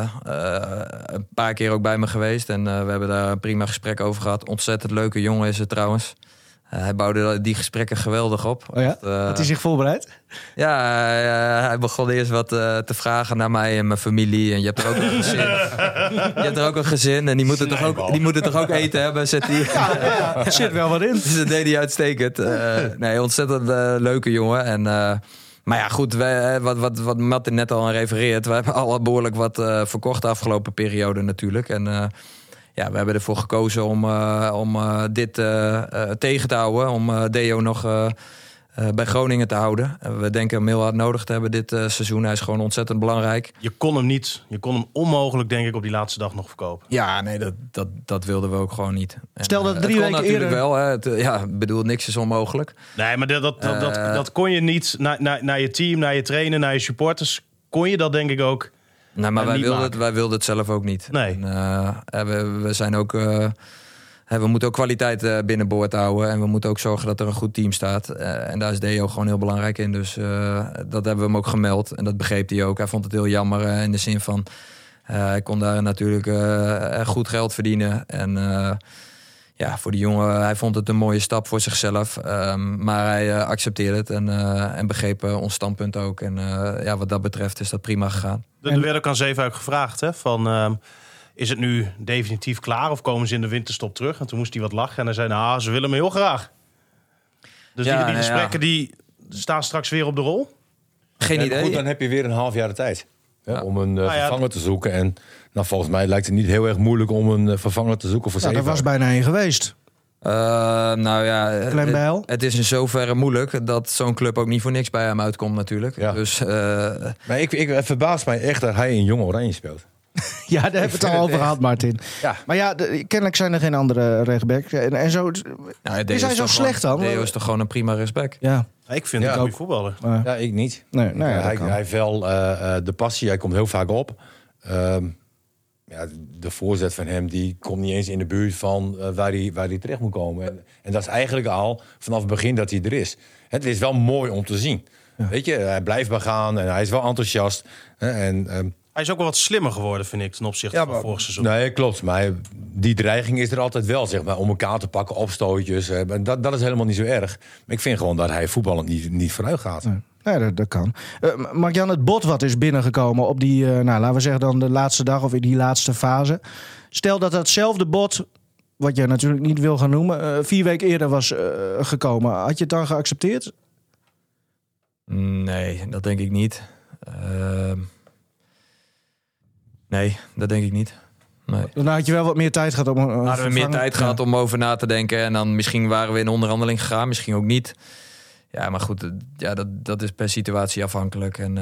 een paar keer ook bij me geweest. En we hebben daar een prima gesprek over gehad. Ontzettend leuke jongen is het trouwens. Hij bouwde die gesprekken geweldig op. Oh ja? Had hij zich voorbereid? Ja, hij begon eerst wat te vragen naar mij en mijn familie. En je hebt er ook een gezin. Je hebt er ook een gezin en die moeten toch ook eten hebben, zegt hij. Ja, er zit wel wat in. Dus dat deed hij uitstekend. Nee, ontzettend leuke jongen. En, maar ja, goed, wat Martin net al aan refereert. We hebben al behoorlijk wat verkocht de afgelopen periode natuurlijk. En ja, we hebben ervoor gekozen om dit tegen te houden. Om Deo nog bij Groningen te houden. We denken hem heel hard nodig te hebben dit seizoen. Hij is gewoon ontzettend belangrijk. Je kon hem onmogelijk, denk ik, op die laatste dag nog verkopen. Ja, nee, dat wilden we ook gewoon niet. En, stel dat 3 weken natuurlijk eerder... wel. Hè. Ik bedoel, niks is onmogelijk. Nee, maar dat kon je niet naar je team, naar je trainer, naar je supporters. Kon je dat, denk ik, ook... Nee, maar wij wilden het zelf ook niet. Nee. En, we zijn ook... we moeten ook kwaliteit binnenboord houden. En we moeten ook zorgen dat er een goed team staat. En daar is Deo gewoon heel belangrijk in. Dus dat hebben we hem ook gemeld. En dat begreep hij ook. Hij vond het heel jammer in de zin van... hij kon daar natuurlijk goed geld verdienen. En ja, voor die jongen, hij vond het een mooie stap voor zichzelf. Maar hij accepteerde het en begreep ons standpunt ook. En ja, wat dat betreft is dat prima gegaan. Er werd ook aan Zeefuik gevraagd, hè, van... is het nu definitief klaar of komen ze in de winterstop terug? En toen moest hij wat lachen en hij zei, ze willen me heel graag. Dus ja, die gesprekken die staan straks weer op de rol? Geen idee. Goed, dan heb je weer een half jaar de tijd om een vervanger te zoeken. En volgens mij lijkt het niet heel erg moeilijk om een vervanger te zoeken voor Zeefuik. Er was bijna één geweest. Nou ja, Klein Bijl. Het is in zoverre moeilijk dat zo'n club ook niet voor niks bij hem uitkomt natuurlijk. Ja. Dus, maar ik verbaast mij echt dat hij in Jong Oranje speelt. Ja, daar hebben we het al over gehad, Martin. Ja. Maar ja, kennelijk zijn er geen andere rechtsback. En zo, is hij zo slecht dan? Deo is toch gewoon een prima rechtsback? Ja. Ik vind het een goede voetballer. Ja, ik niet. Nee, hij heeft wel de passie, hij komt heel vaak op. De voorzet van hem die komt niet eens in de buurt van waar hij terecht moet komen. En dat is eigenlijk al vanaf het begin dat hij er is. Het is wel mooi om te zien. Ja. Weet je, hij blijft maar gaan en hij is wel enthousiast. Hij is ook wel wat slimmer geworden, vind ik, ten opzichte van vorig seizoen. Nee, klopt. Maar die dreiging is er altijd wel, zeg maar, om elkaar te pakken, opstootjes. Dat is helemaal niet zo erg. Maar ik vind gewoon dat hij voetballend niet vooruit gaat. Nee, dat kan. Mark-Jan, het bod wat is binnengekomen op die, laten we zeggen dan de laatste dag of in die laatste fase. Stel dat datzelfde bod, wat jij natuurlijk niet wil gaan noemen, 4 weken eerder was gekomen. Had je het dan geaccepteerd? Nee, dat denk ik niet. Nee, dat denk ik niet. Nee. Dan had je wel wat meer tijd gehad om... Hadden we meer tijd gehad om over na te denken. En dan misschien waren we in onderhandeling gegaan. Misschien ook niet. Ja, maar goed. Dat is per situatie afhankelijk. En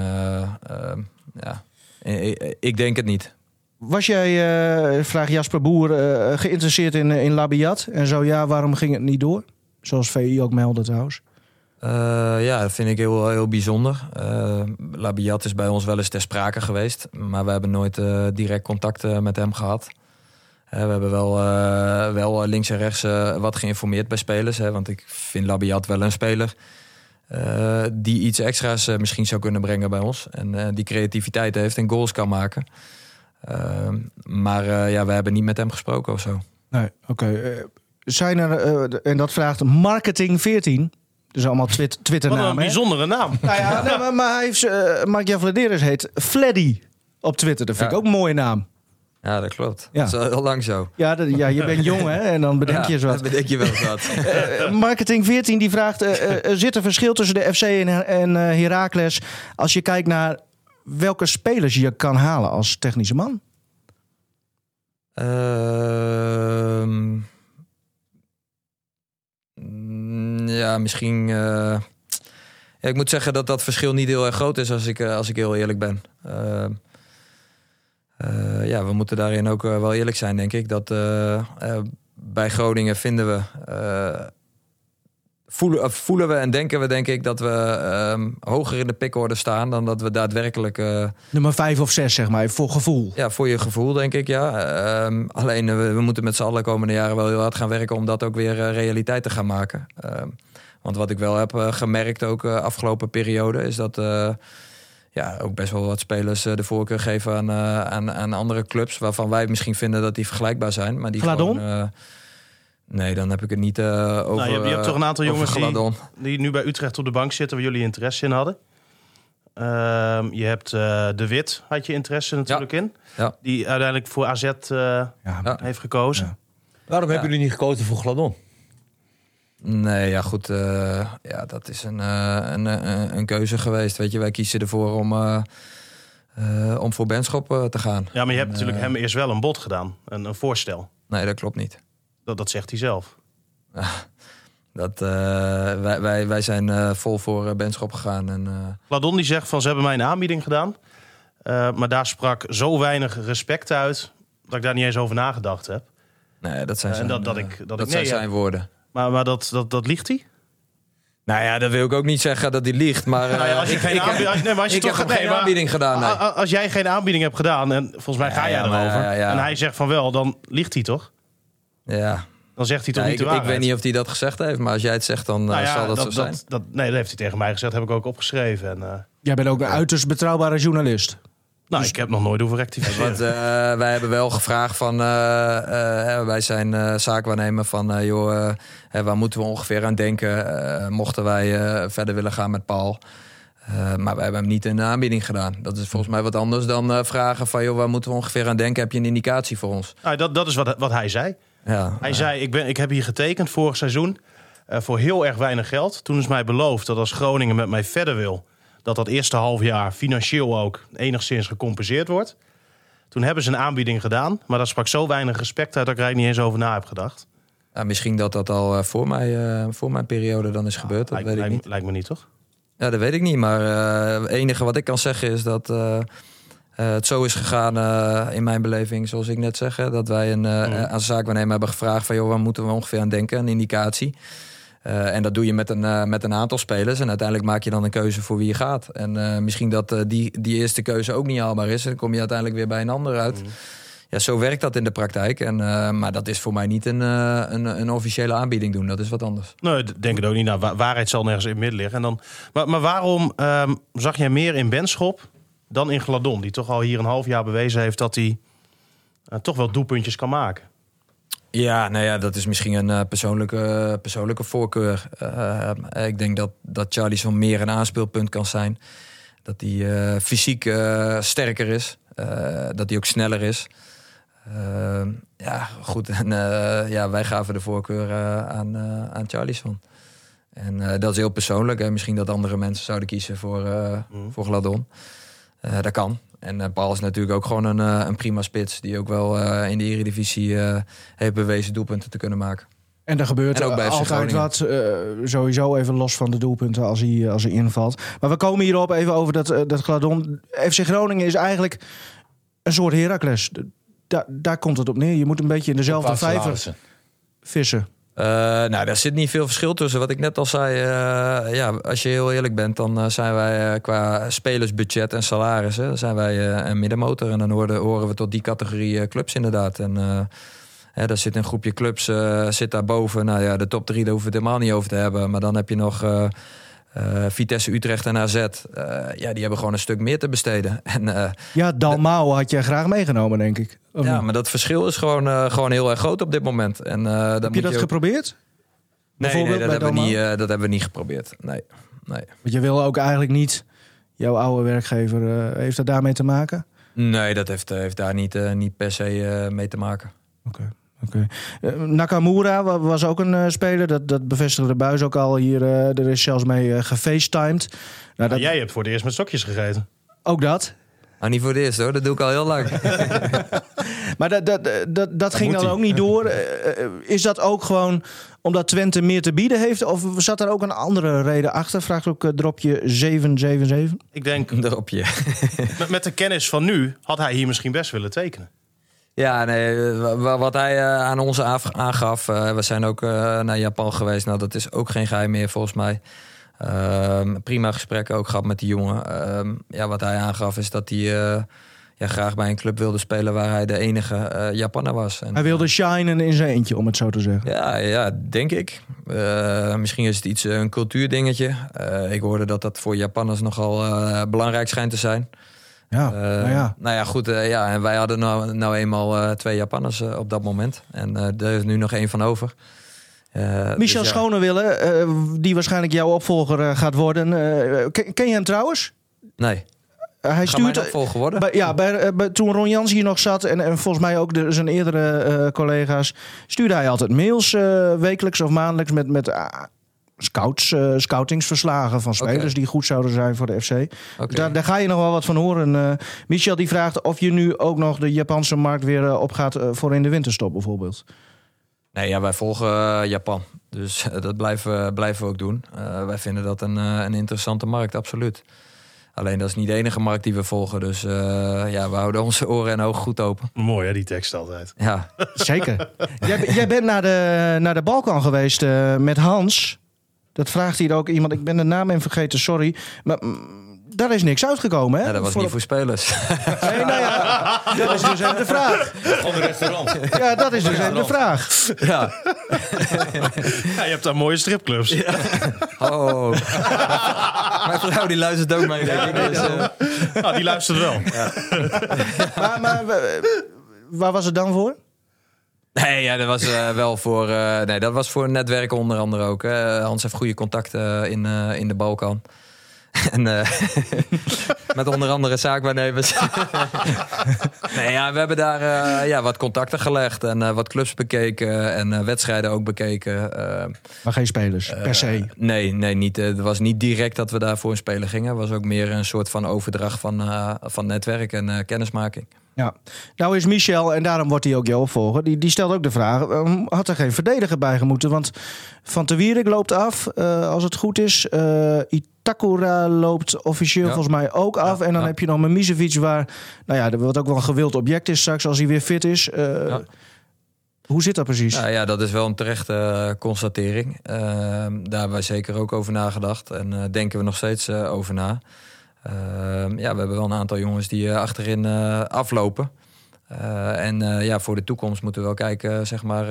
ik denk het niet. Was jij, vraag Jasper Boer, geïnteresseerd in Labiat? En zo ja, waarom ging het niet door? Zoals VI ook meldde trouwens. Ja, dat vind ik heel, heel bijzonder. Labiat is bij ons wel eens ter sprake geweest. Maar we hebben nooit direct contact met hem gehad. We hebben wel links en rechts wat geïnformeerd bij spelers. Want ik vind Labiat wel een speler die iets extra's misschien zou kunnen brengen bij ons. En die creativiteit heeft en goals kan maken. Maar we hebben niet met hem gesproken of zo. Nee, oké. Zijn er, en dat vraagt Marketing 14... Dus allemaal Twitter-namen. Wat een bijzondere naam. Nou ja, maar hij heeft, Mark-Jan Vladeris heet Fleddy op Twitter. Dat vind ik ook een mooie naam. Ja, dat klopt. Ja. Dat is al heel lang zo. Ja, je bent jong hè, en dan bedenk je eens wat. Dan bedenk je wel eens wat. Marketing 14 die vraagt, zit er verschil tussen de FC en Heracles als je kijkt naar welke spelers je kan halen als technische man? Ja, misschien... ik moet zeggen dat dat verschil niet heel erg groot is als ik heel eerlijk ben. We moeten daarin ook wel eerlijk zijn, denk ik. Dat bij Groningen vinden we... voelen we en denken we, denk ik, dat we hoger in de pickorde staan dan dat we daadwerkelijk... Nummer 5 of 6, zeg maar, voor gevoel. Ja, voor je gevoel, denk ik, ja. Alleen, we moeten met z'n allen komende jaren wel heel hard gaan werken om dat ook weer realiteit te gaan maken. Want wat ik wel heb gemerkt, ook afgelopen periode, is dat ook best wel wat spelers de voorkeur geven aan andere clubs. Waarvan wij misschien vinden dat die vergelijkbaar zijn. Maar die Gladon? gewoon, nee, dan heb ik het niet over. Je hebt toch een aantal jongens die nu bij Utrecht op de bank zitten... waar jullie interesse in hadden. Je hebt De Wit, had je interesse natuurlijk in. Ja. Die uiteindelijk voor AZ heeft gekozen. Ja. Waarom hebben jullie niet gekozen voor Gladon? Nee, ja goed. Dat is een keuze geweest. Weet je, wij kiezen ervoor om voor Benschop te gaan. Ja, maar je hebt natuurlijk hem eerst wel een bod gedaan. Een voorstel. Nee, dat klopt niet. Dat zegt hij zelf. Wij zijn vol voor Benschop gegaan. Gladon die zegt van ze hebben mij een aanbieding gedaan. Maar daar sprak zo weinig respect uit... dat ik daar niet eens over nagedacht heb. Nee, dat zijn zijn woorden. Maar dat liegt hij? Nou ja, dat wil ik ook niet zeggen dat hij liegt. Maar als je geen aanbieding gedaan. Nee. Als jij geen aanbieding hebt gedaan... en volgens mij ga jij erover... en hij zegt van wel, dan liegt hij toch? Ja. Dan zegt hij toch niet de waarheid? Ik weet niet of hij dat gezegd heeft, maar als jij het zegt, dan zal dat zo zijn. Dat heeft hij tegen mij gezegd, heb ik ook opgeschreven. En, jij bent ook een uiterst betrouwbare journalist. Nou, dus ik heb nog nooit hoeven rectificeren. Want wij hebben wel gevraagd van... wij zijn zaakwaarnemer van... waar moeten we ongeveer aan denken... mochten wij verder willen gaan met Paul... maar wij hebben hem niet in de aanbieding gedaan. Dat is volgens mij wat anders dan vragen van... waar moeten we ongeveer aan denken? Heb je een indicatie voor ons? Nou, dat is wat hij zei. Ja, hij zei, ik heb hier getekend vorig seizoen... voor heel erg weinig geld. Toen is mij beloofd dat als Groningen met mij verder wil... dat eerste half jaar financieel ook enigszins gecompenseerd wordt. Toen hebben ze een aanbieding gedaan... maar dat sprak zo weinig respect uit... dat ik er niet eens over na heb gedacht. Ja, misschien dat al voor mijn periode dan is gebeurd. Dat weet ik niet. Lijkt me niet, toch? Ja, dat weet ik niet. Maar het enige wat ik kan zeggen is dat het zo is gegaan in mijn beleving, zoals ik net zeg. Dat wij aan zaakwaarnemer hebben gevraagd van... waar moeten we ongeveer aan denken? Een indicatie. En dat doe je met een aantal spelers. En uiteindelijk maak je dan een keuze voor wie je gaat. En misschien dat die eerste keuze ook niet haalbaar is. En dan kom je uiteindelijk weer bij een ander uit. Ja, zo werkt dat in de praktijk. Maar dat is voor mij niet een officiële aanbieding doen. Dat is wat anders. Nee, denk het ook niet. Nou, waarheid zal nergens in het midden liggen. En dan, maar waarom zag jij meer in Benschop dan in Gladon? Die toch al hier een half jaar bewezen heeft dat hij toch wel doelpuntjes kan maken. Ja, nou ja, dat is misschien een persoonlijke voorkeur. Ik denk dat Charlison meer een aanspeelpunt kan zijn. Dat hij fysiek sterker is. Dat hij ook sneller is. Ja, goed. En wij gaven de voorkeur aan Charlison. En dat is heel persoonlijk. Hè. Misschien dat andere mensen zouden kiezen voor Gladon. Dat kan. En Paul is natuurlijk ook gewoon een prima spits... die ook wel in de Eredivisie heeft bewezen doelpunten te kunnen maken. En er gebeurt altijd wat. Sowieso even los van de doelpunten als hij invalt. Maar we komen hierop even over dat Gladon. FC Groningen is eigenlijk een soort Heracles. Daar komt het op neer. Je moet een beetje in dezelfde vijver vissen. Daar zit niet veel verschil tussen. Wat ik net al zei, als je heel eerlijk bent... dan zijn wij qua spelersbudget en salarissen... dan zijn wij een middenmotor. En dan horen we tot die categorie clubs inderdaad. En daar zit een groepje clubs zit daarboven. Nou ja, de top 3, daar hoeven we het helemaal niet over te hebben. Maar dan heb je nog Vitesse, Utrecht en AZ. Die hebben gewoon een stuk meer te besteden. En, Dalmau had je graag meegenomen, denk ik. Ja, maar dat verschil is gewoon heel erg groot op dit moment. En, heb je dat geprobeerd? Nee, dat hebben we niet geprobeerd. Nee. Want je wil ook eigenlijk niet... Jouw oude werkgever, heeft dat daarmee te maken? Nee, dat heeft daar niet per se mee te maken. Oké. Nakamura was ook een speler. Dat bevestigde de Buis ook al hier. Er is zelfs mee gefacetimed. Jij hebt voor het eerst met stokjes gegeten. Ook dat? Nou, niet voor het eerst hoor. Dat doe ik al heel lang. Maar dat ging dan ook niet door. Is dat ook gewoon omdat Twente meer te bieden heeft? Of zat er ook een andere reden achter? Vraagt ook dropje 777. Ik denk dropje. met de kennis van nu had hij hier misschien best willen tekenen. Ja, nee, wat hij aan ons aangaf... we zijn ook naar Japan geweest. Nou, dat is ook geen geheim meer volgens mij. Prima gesprekken ook gehad met die jongen. Wat hij aangaf is dat hij graag bij een club wilde spelen waar hij de enige Japanner was. En, Hij wilde shinen in zijn eentje, om het zo te zeggen. ja, denk ik. Misschien is het iets een cultuurdingetje. Ik hoorde dat voor Japanners nogal belangrijk schijnt te zijn. Ja, Nou ja, goed. En wij hadden nou eenmaal 2 Japanners op dat moment. En er is nu nog 1 van over. Michel Schonewille, die waarschijnlijk jouw opvolger gaat worden. Ken je hem trouwens? Nee. Hij stuurt opvolger worden? Toen Ron Jans hier nog zat en volgens mij ook zijn eerdere collega's, stuurde hij altijd mails wekelijks of maandelijks met scoutingsverslagen van spelers die goed zouden zijn voor de FC. Daar ga je nog wel wat van horen. Michel die vraagt of je nu ook nog de Japanse markt weer opgaat voor in de winterstop bijvoorbeeld. Nee, ja, wij volgen Japan. Dus dat blijven we ook doen. Wij vinden dat een interessante markt, absoluut. Alleen dat is niet de enige markt die we volgen. Dus we houden onze oren en ogen goed open. Mooi hè, die tekst altijd. Ja. Zeker. Jij bent naar de Balkan geweest met Hans. Dat vraagt hier ook iemand. Ik ben de naam even vergeten, sorry. Maar daar is niks uitgekomen, hè? Ja, dat was niet voor spelers. Nee, nou ja, dat is dus even de vraag. Van de restaurant. Ja, dat is dus even de vraag. Ja. Ja, je hebt daar mooie stripclubs. Ja. Oh. Mijn vrouw die luistert ook mee, denk ik. Dus, Nou, die luistert wel. Ja. Maar waar was het dan voor? Nee, ja, dat was wel voor. Dat was voor netwerken onder andere ook. Hans heeft goede contacten in de Balkan. En met onder andere zaakwaarnemers. Nee, ja, we hebben daar wat contacten gelegd en wat clubs bekeken en wedstrijden ook bekeken. Maar geen spelers, per se? Nee, niet. Het was niet direct dat we daar voor een speler gingen. Het was ook meer een soort van overdracht van netwerk en kennismaking. Ja, nou is Michel, en daarom wordt hij ook jouw opvolger, die stelt ook de vraag, had er geen verdediger bij gemoeten? Want Van ter Wierik loopt af, als het goed is. Itakura loopt officieel volgens mij ook af. En dan heb je nog Mimicevic waar, wat ook wel een gewild object is straks als hij weer fit is. Hoe zit dat precies? Ja, dat is wel een terechte constatering. Daar hebben wij zeker ook over nagedacht en denken we nog steeds over na. We hebben wel een aantal jongens die achterin aflopen. Voor de toekomst moeten we wel kijken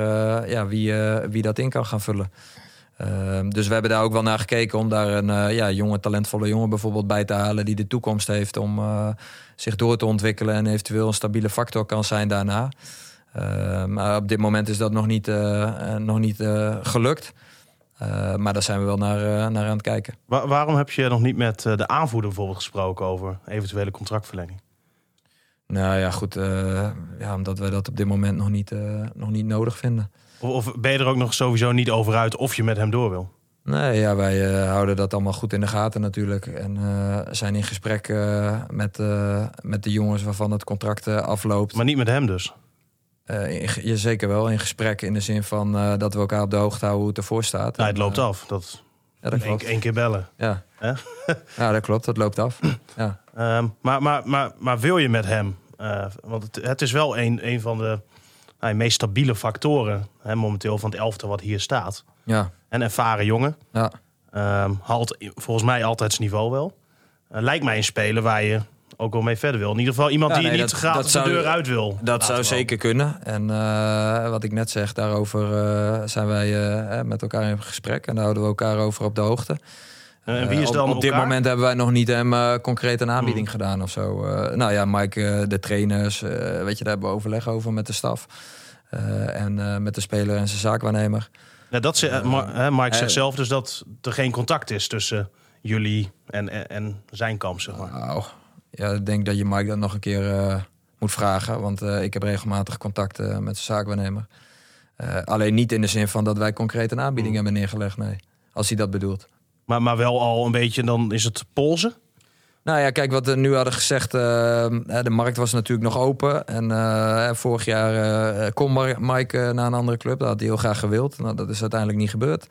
wie dat in kan gaan vullen. Dus we hebben daar ook wel naar gekeken om daar een jonge, talentvolle jongen bijvoorbeeld bij te halen die de toekomst heeft om zich door te ontwikkelen en eventueel een stabiele factor kan zijn daarna. Maar op dit moment is dat nog niet gelukt. Maar daar zijn we wel naar aan het kijken. Waarom heb je nog niet met de aanvoerder bijvoorbeeld gesproken over eventuele contractverlenging? Nou ja, goed. Omdat wij dat op dit moment nog niet nodig vinden. Of ben je er ook nog sowieso niet over uit of je met hem door wil? Nee, ja, wij houden dat allemaal goed in de gaten natuurlijk. En zijn in gesprek met de jongens waarvan het contract afloopt. Maar niet met hem dus? Zeker wel, in gesprek in de zin van dat we elkaar op de hoogte houden hoe het ervoor staat. Ja, het loopt af. Dat klopt. Eén keer bellen. Ja. Ja, dat klopt. Dat loopt af. Ja. Maar wil je met hem? Want het is wel een van de meest stabiele factoren momenteel van het elftal wat hier staat. Ja. En ervaren jongen. Ja. Haalt volgens mij altijd zijn niveau wel. Lijkt mij een speler waar je ook wel mee verder wil. In ieder geval iemand die niet gratis de deur uit wil. Dat zou zeker kunnen. En wat ik net zeg, daarover zijn wij met elkaar in gesprek. En daar houden we elkaar over op de hoogte. En wie is dan op dit moment hebben wij nog niet hem concreet een aanbieding gedaan of zo. Mike, de trainers, daar hebben we overleg over met de staf. En met de speler en zijn zaakwaarnemer. Ja, Mike zegt zelf dus dat er geen contact is tussen jullie en zijn kamp, zeg maar. Nou, ja, ik denk dat je Mike dat nog een keer moet vragen. Want ik heb regelmatig contact met zijn zaakwaarnemer. Alleen niet in de zin van dat wij concreet een aanbieding hebben neergelegd, nee. Als hij dat bedoelt. Maar wel al een beetje, dan is het polsen? Nou ja, kijk, wat we nu hadden gezegd, de markt was natuurlijk nog open. En vorig jaar kon Mike naar een andere club. Dat had hij heel graag gewild. Nou, dat is uiteindelijk niet gebeurd.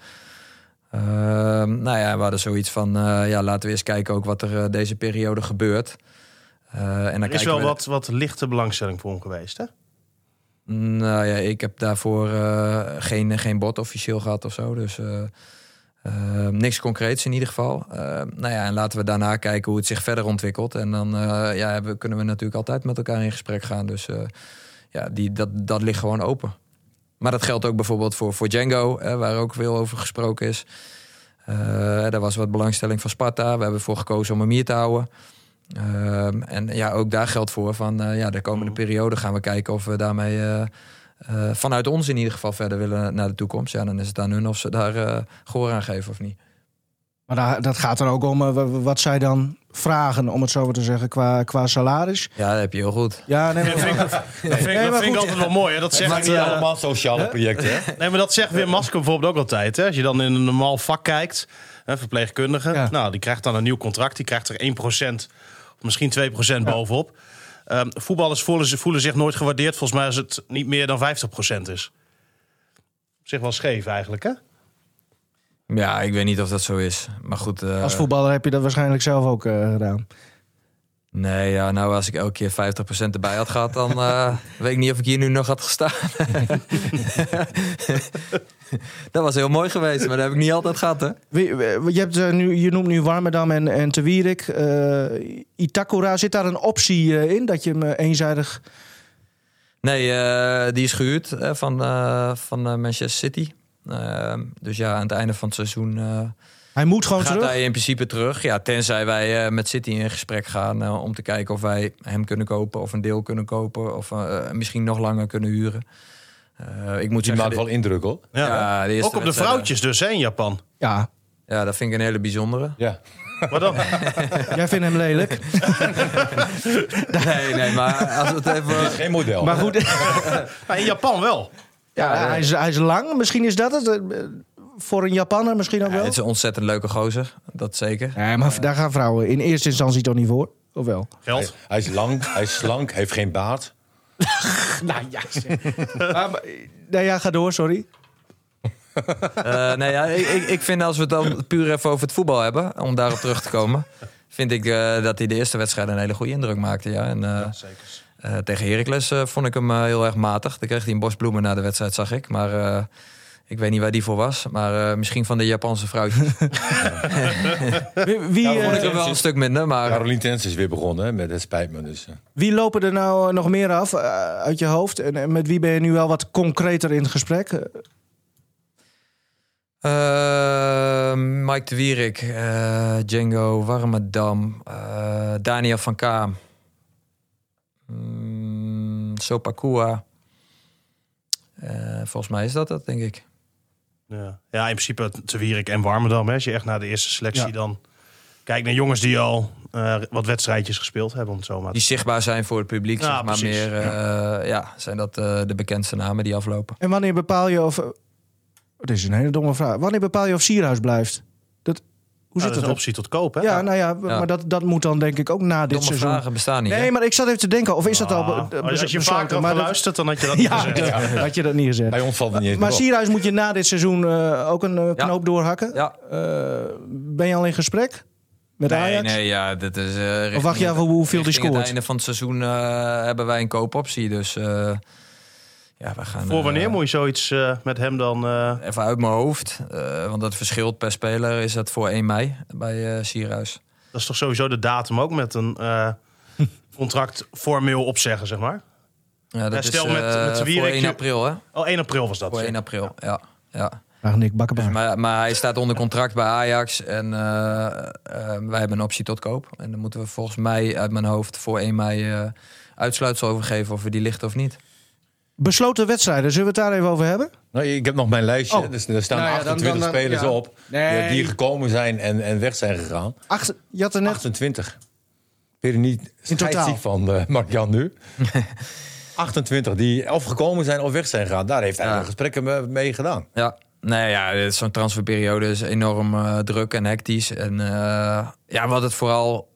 We hadden zoiets van, laten we eens kijken ook wat er deze periode gebeurt. En dan er is wel wat lichte belangstelling voor hem geweest, hè? Nou ja, ik heb daarvoor geen bod officieel gehad of zo. Dus Niks concreets in ieder geval. En laten we daarna kijken hoe het zich verder ontwikkelt. En dan kunnen we natuurlijk altijd met elkaar in gesprek gaan. Dus dat ligt gewoon open. Maar dat geldt ook bijvoorbeeld voor Django, waar ook veel over gesproken is. Daar was wat belangstelling van Sparta. We hebben ervoor gekozen om hem hier te houden. Ook daar geldt voor van de komende periode gaan we kijken of we daarmee vanuit ons in ieder geval verder willen naar de toekomst. Ja, dan is het aan hun of ze daar gehoor aan geven of niet. Maar dat gaat er ook om wat zij dan vragen, om het zo maar te zeggen, qua salaris. Ja, dat heb je heel goed. Ja, nee, Dat vind ik altijd wel mooi. Hè? Dat zegt Het zijn allemaal sociale projecten. Hè? Nee, maar dat zegt Wim Masker bijvoorbeeld ook altijd. Hè? Als je dan in een normaal vak kijkt, verpleegkundige, Ja. die krijgt dan een nieuw contract. Die krijgt er 1%, of misschien 2% bovenop. Voetballers voelen zich nooit gewaardeerd. Volgens mij als het niet meer dan 50% is. Op zich wel scheef eigenlijk, hè? Ja, ik weet niet of dat zo is. Maar goed. als voetballer heb je dat waarschijnlijk zelf ook gedaan. Nee, als ik elke keer 50% erbij had gehad, dan weet ik niet of ik hier nu nog had gestaan. Dat was heel mooi geweest, maar dat heb ik niet altijd gehad, hè? Je noemt nu Warmerdam en Te Wierik. Itakura, zit daar een optie in dat je hem eenzijdig... Nee, die is gehuurd van Manchester City. Dus aan het einde van het seizoen Hij moet gewoon gaat terug? hij in principe terug. Ja, tenzij wij met City in gesprek gaan om te kijken of wij hem kunnen kopen of een deel kunnen kopen of misschien nog langer kunnen huren. Ik moet Die zeggen, maakt wel indruk, hoor. Ja. de eerste Ook op de wedstrijden. vrouwtjes dus, hè, in Japan. Ja, Ja, dat vind ik een hele bijzondere. Ja. Maar dan, jij vindt hem lelijk. Nee, maar als we het even... Het is geen model. Maar goed, in Japan wel. hij is lang. Misschien is dat het. Voor een Japanner misschien ook Ja, wel. het is een ontzettend leuke gozer, dat zeker. Nee, maar daar gaan vrouwen in eerste instantie toch niet voor? Of wel? Geld. Hij is lang, hij is slank, heeft geen baard. Nou ja, ga door, sorry. Ik vind als we het dan puur even over het voetbal hebben, om daarop terug te komen, vind ik dat hij de eerste wedstrijd een hele goede indruk maakte. Ja. En, Zeker. tegen Heracles vond ik hem heel erg matig. Dan kreeg hij een bos bloemen na de wedstrijd, zag ik. Maar ik weet niet waar die voor was. Maar misschien van de Japanse vrouwtjes. Wie, Vond ik hem wel een stuk minder. Maar Caroline Tens is weer begonnen, hè, met het spijt me. Dus, wie lopen er nou nog meer af uit je hoofd? En met wie ben je nu wel wat concreter in het gesprek? Mike de Wierik, Django, Warmerdam, Daniel van Kaam, Sopakua. Volgens mij is dat, denk ik. Ja, in principe Te Wierik en Warmerdam. Hè. Als je echt naar de eerste selectie dan kijkt naar jongens die al wat wedstrijdjes gespeeld hebben. Om het zo maar Die zichtbaar zijn voor het publiek, Ja, zeg maar precies. meer. Zijn dat de bekendste namen die aflopen. En wanneer bepaal je of... Dit is een hele domme vraag. Wanneer bepaal je of Sierhuis blijft? Hoe zit dat is dat? een optie tot koop. Hè? Ja, nou ja, maar dat moet dan denk ik ook na dit Domme seizoen. vragen bestaan niet. Nee, hè? maar ik zat even te denken, of is dat al Als je besloten? vaker had Maar dat- geluisterd, dan had je dat niet Ja, gezegd. had je dat niet gezegd. bij ons valt het niet eens Maar meer op. Sierhuis moet je na dit seizoen ook een knoop doorhakken. Ja. Ben je al in gesprek met Ajax? Nee, dat is... Of wacht je af hoeveel die richting scoort? het einde van het seizoen hebben wij een koopoptie. Dus we gaan... Voor wanneer moet je zoiets met hem dan... Even uit mijn hoofd, want dat verschilt per speler. Is dat voor 1 mei bij Sierhuis? Dat is toch sowieso de datum ook met een contract formeel opzeggen, zeg maar? Ja, dat Stel is met voor Wierik- 1 april, hè? Oh, 1 april was dat. Voor 1 april, ja. Vraag Nick Bakkenbaar. Maar hij staat onder contract bij Ajax en wij hebben een optie tot koop. En dan moeten we volgens mij uit mijn hoofd voor 1 mei uitsluitsel over geven of we die lichten of niet. Besloten wedstrijden, zullen we het daar even over hebben? Nou, ik heb nog mijn lijstje. Oh. Dus er staan Nou ja, 28 dan- spelers ja. op Nee. die gekomen zijn en weg zijn gegaan. Je had er net 28. Ben je niet In totaal. scheidsziek van, Mark-Jan, nu? 28 die of gekomen zijn of weg zijn gegaan. Daar heeft hij gesprekken mee gedaan. Ja, nee, ja, zo'n transferperiode is enorm druk en hectisch. En wat het vooral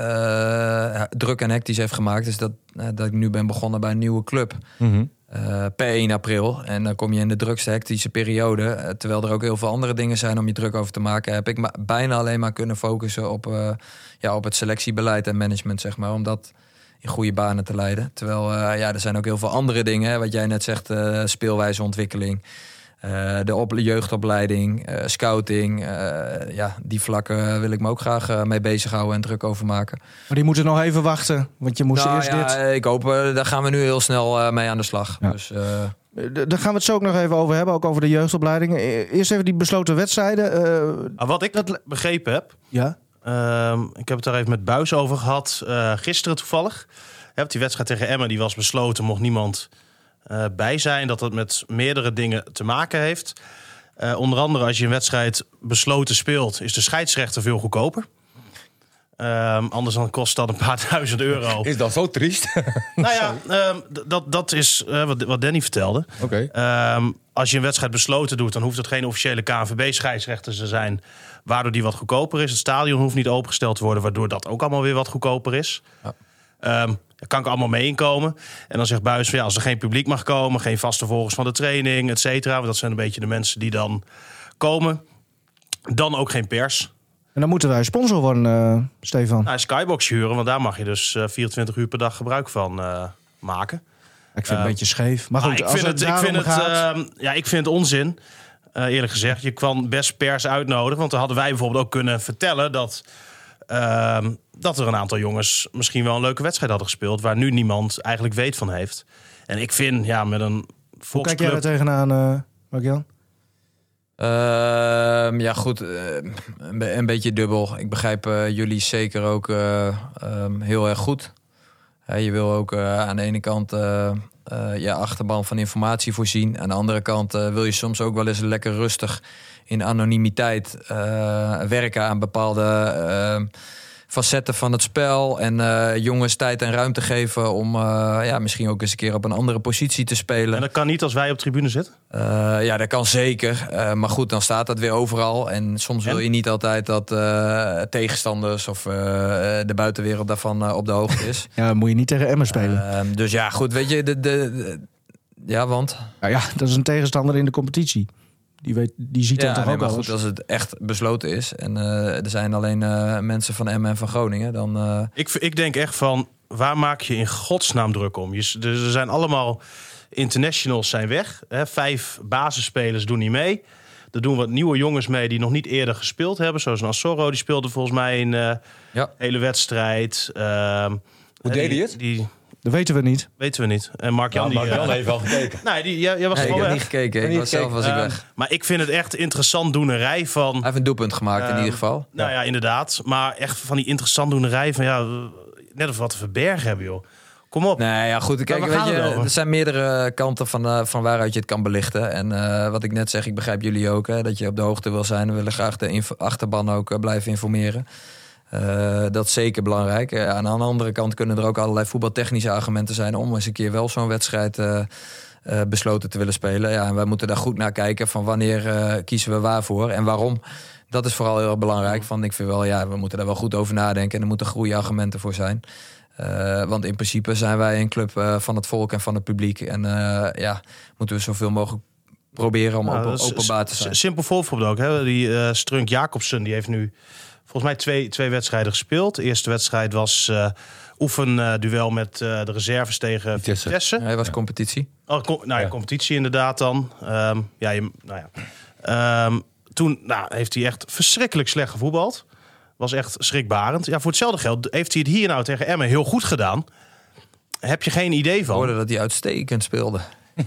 druk en hectisch heeft gemaakt, is dat ik nu ben begonnen bij een nieuwe club. Per 1 april. En dan kom je in de drukste hectische periode. Terwijl er ook heel veel andere dingen zijn om je druk over te maken. Heb ik bijna alleen maar kunnen focussen op het selectiebeleid en management, zeg maar. Om dat in goede banen te leiden. Terwijl er zijn ook heel veel andere dingen. Hè, wat jij net zegt, speelwijzeontwikkeling. De jeugdopleiding, scouting. Die vlakken wil ik me ook graag mee bezighouden en druk over maken. Maar die moeten nog even wachten, want je moest eerst dit... Ik hoop, daar gaan we nu heel snel mee aan de slag. Ja. Dus, daar gaan we het zo ook nog even over hebben, ook over de jeugdopleiding. Eerst even die besloten wedstrijden. Wat ik begrepen heb... Ja? Ik heb het daar even met Buis over gehad. Gisteren toevallig. Die wedstrijd tegen Emmen die was besloten, mocht niemand bij zijn. Dat met meerdere dingen te maken heeft. Onder andere als je een wedstrijd besloten speelt, is de scheidsrechter veel goedkoper. Anders dan kost dat een paar duizend euro. Is dat zo triest? Nou ja, dat is wat Danny vertelde. Okay. Als je een wedstrijd besloten doet, dan hoeft het geen officiële KNVB-scheidsrechter te zijn, waardoor die wat goedkoper is. Het stadion hoeft niet opengesteld te worden, waardoor dat ook allemaal weer wat goedkoper is. Ja. Daar kan ik allemaal mee inkomen. En dan zegt Buis van als er geen publiek mag komen, geen vaste volgers van de training, et cetera. Want dat zijn een beetje de mensen die dan komen. Dan ook geen pers. En dan moeten wij sponsor worden, Stefan. Nou, Skybox huren, want daar mag je dus 24 uur per dag gebruik van maken. Ik vind het een beetje scheef. Maar goed, ik vind het onzin. Eerlijk gezegd, je kan best pers uitnodigen. Want dan hadden wij bijvoorbeeld ook kunnen vertellen dat er een aantal jongens misschien wel een leuke wedstrijd hadden gespeeld, waar nu niemand eigenlijk weet van heeft. En ik vind, met een volksclub... Hoe kijk jij er tegenaan, Mark-Jan? Een beetje dubbel. Ik begrijp jullie zeker ook heel erg goed. Je wil ook aan de ene kant je achterban van informatie voorzien. Aan de andere kant wil je soms ook wel eens lekker rustig in anonimiteit werken aan bepaalde facetten van het spel. En jongens tijd en ruimte geven om misschien ook eens een keer op een andere positie te spelen. En dat kan niet als wij op tribune zitten? Dat kan zeker. Maar goed, dan staat dat weer overal. En soms wil je niet altijd dat tegenstanders of de buitenwereld daarvan op de hoogte is. Ja, dan moet je niet tegen Emmen spelen. Dus ja, goed, weet je, want? Nou ja, dat is een tegenstander in de competitie. Die ziet dat toch ook al. Goed, als het echt besloten is en er zijn alleen mensen van Emmen en van Groningen, dan... Ik denk echt van, waar maak je in godsnaam druk om? Er zijn allemaal internationals zijn weg. 5 basisspelers doen niet mee. Er doen wat nieuwe jongens mee die nog niet eerder gespeeld hebben. Zoals een Asoro, die speelde volgens mij een hele wedstrijd. Hoe deed hij het? Dat weten we niet. En Mark-Jan heeft wel gekeken. Nee, jij was ik heb niet gekeken. Ik weg. Maar ik vind het echt interessant doenerij van... Hij heeft een doelpunt gemaakt in ieder geval. Nou ja, inderdaad. Maar echt van die interessant doenerij van net of wat te verbergen hebben, joh. Kom op. Nee, ja, goed. Kijk, er zijn meerdere kanten van waaruit je het kan belichten. En wat ik net zeg, ik begrijp jullie ook, dat je op de hoogte wil zijn. We willen graag de achterban ook blijven informeren. Dat is zeker belangrijk. Aan de andere kant kunnen er ook allerlei voetbaltechnische argumenten zijn om eens een keer wel zo'n wedstrijd besloten te willen spelen. Ja, en wij moeten daar goed naar kijken van wanneer kiezen we waarvoor en waarom. Dat is vooral heel erg belangrijk. Ik vind wel, we moeten daar wel goed over nadenken en er moeten goede argumenten voor zijn. Want in principe zijn wij een club van het volk en van het publiek. En moeten we zoveel mogelijk proberen om openbaar te zijn. Simpel voorbeeld ook. Die Strunk Jacobsen, die heeft nu volgens mij twee wedstrijden gespeeld. De eerste wedstrijd was oefenduel met de reserves tegen Vitesse. Hij was competitie. Competitie inderdaad dan. Toen heeft hij echt verschrikkelijk slecht gevoetbald. Was echt schrikbarend. Ja, voor hetzelfde geld heeft hij het hier nou tegen Emmen heel goed gedaan. Heb je geen idee van? Ik hoorde dat hij uitstekend speelde.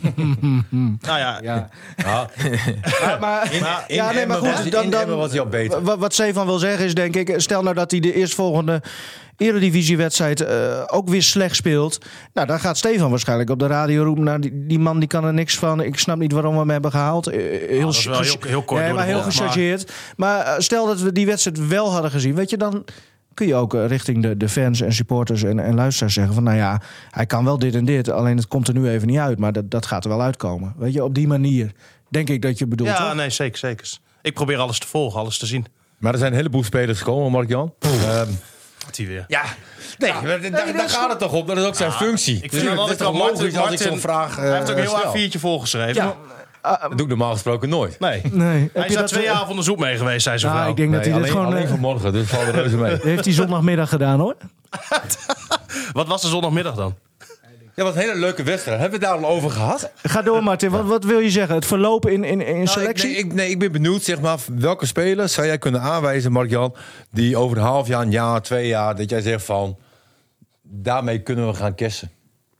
Maar goed, dan was hij al beter. Wat Stefan wil zeggen is, denk ik, stel nou dat hij de eerstvolgende Eredivisiewedstrijd ook weer slecht speelt. Nou, dan gaat Stefan waarschijnlijk op de radio roepen, nou, die man die kan er niks van. Ik snap niet waarom we hem hebben gehaald. Heel kort. Ja, maar heel gechargeerd. Maar stel dat we die wedstrijd wel hadden gezien, weet je, dan kun je ook richting de fans en supporters en luisteraars zeggen van, nou ja, hij kan wel dit en dit, alleen het komt er nu even niet uit, maar dat gaat er wel uitkomen. Weet je, op die manier denk ik dat je bedoelt. Ja, toch? Nee, zeker. Ik probeer alles te volgen, alles te zien. Maar er zijn een heleboel spelers gekomen, Mark-Jan. Die weer. Ja, daar gaat het toch op. Dat is ook zijn functie. Ik vind het altijd wel logisch als ik zo'n vraag hij heeft ook een heel A4'tje volgeschreven. Ja. Dat doe ik normaal gesproken nooit. Nee. Hij is 2 avonden zoek mee geweest, zei zijn vrouw. Ik denk dat hij dit gewoon alleen vanmorgen, dus valt er reuze mee. heeft hij zondagmiddag gedaan, hoor. Wat was de zondagmiddag dan? Ja, wat een hele leuke wedstrijd. Hebben we het daar al over gehad? Ga door, Martin. Wat wil je zeggen? Het verloop in selectie? Ik ben benieuwd, zeg maar, welke spelers zou jij kunnen aanwijzen, Mark-Jan, die over een half jaar, een jaar, 2 jaar, dat jij zegt van, daarmee kunnen we gaan kessen.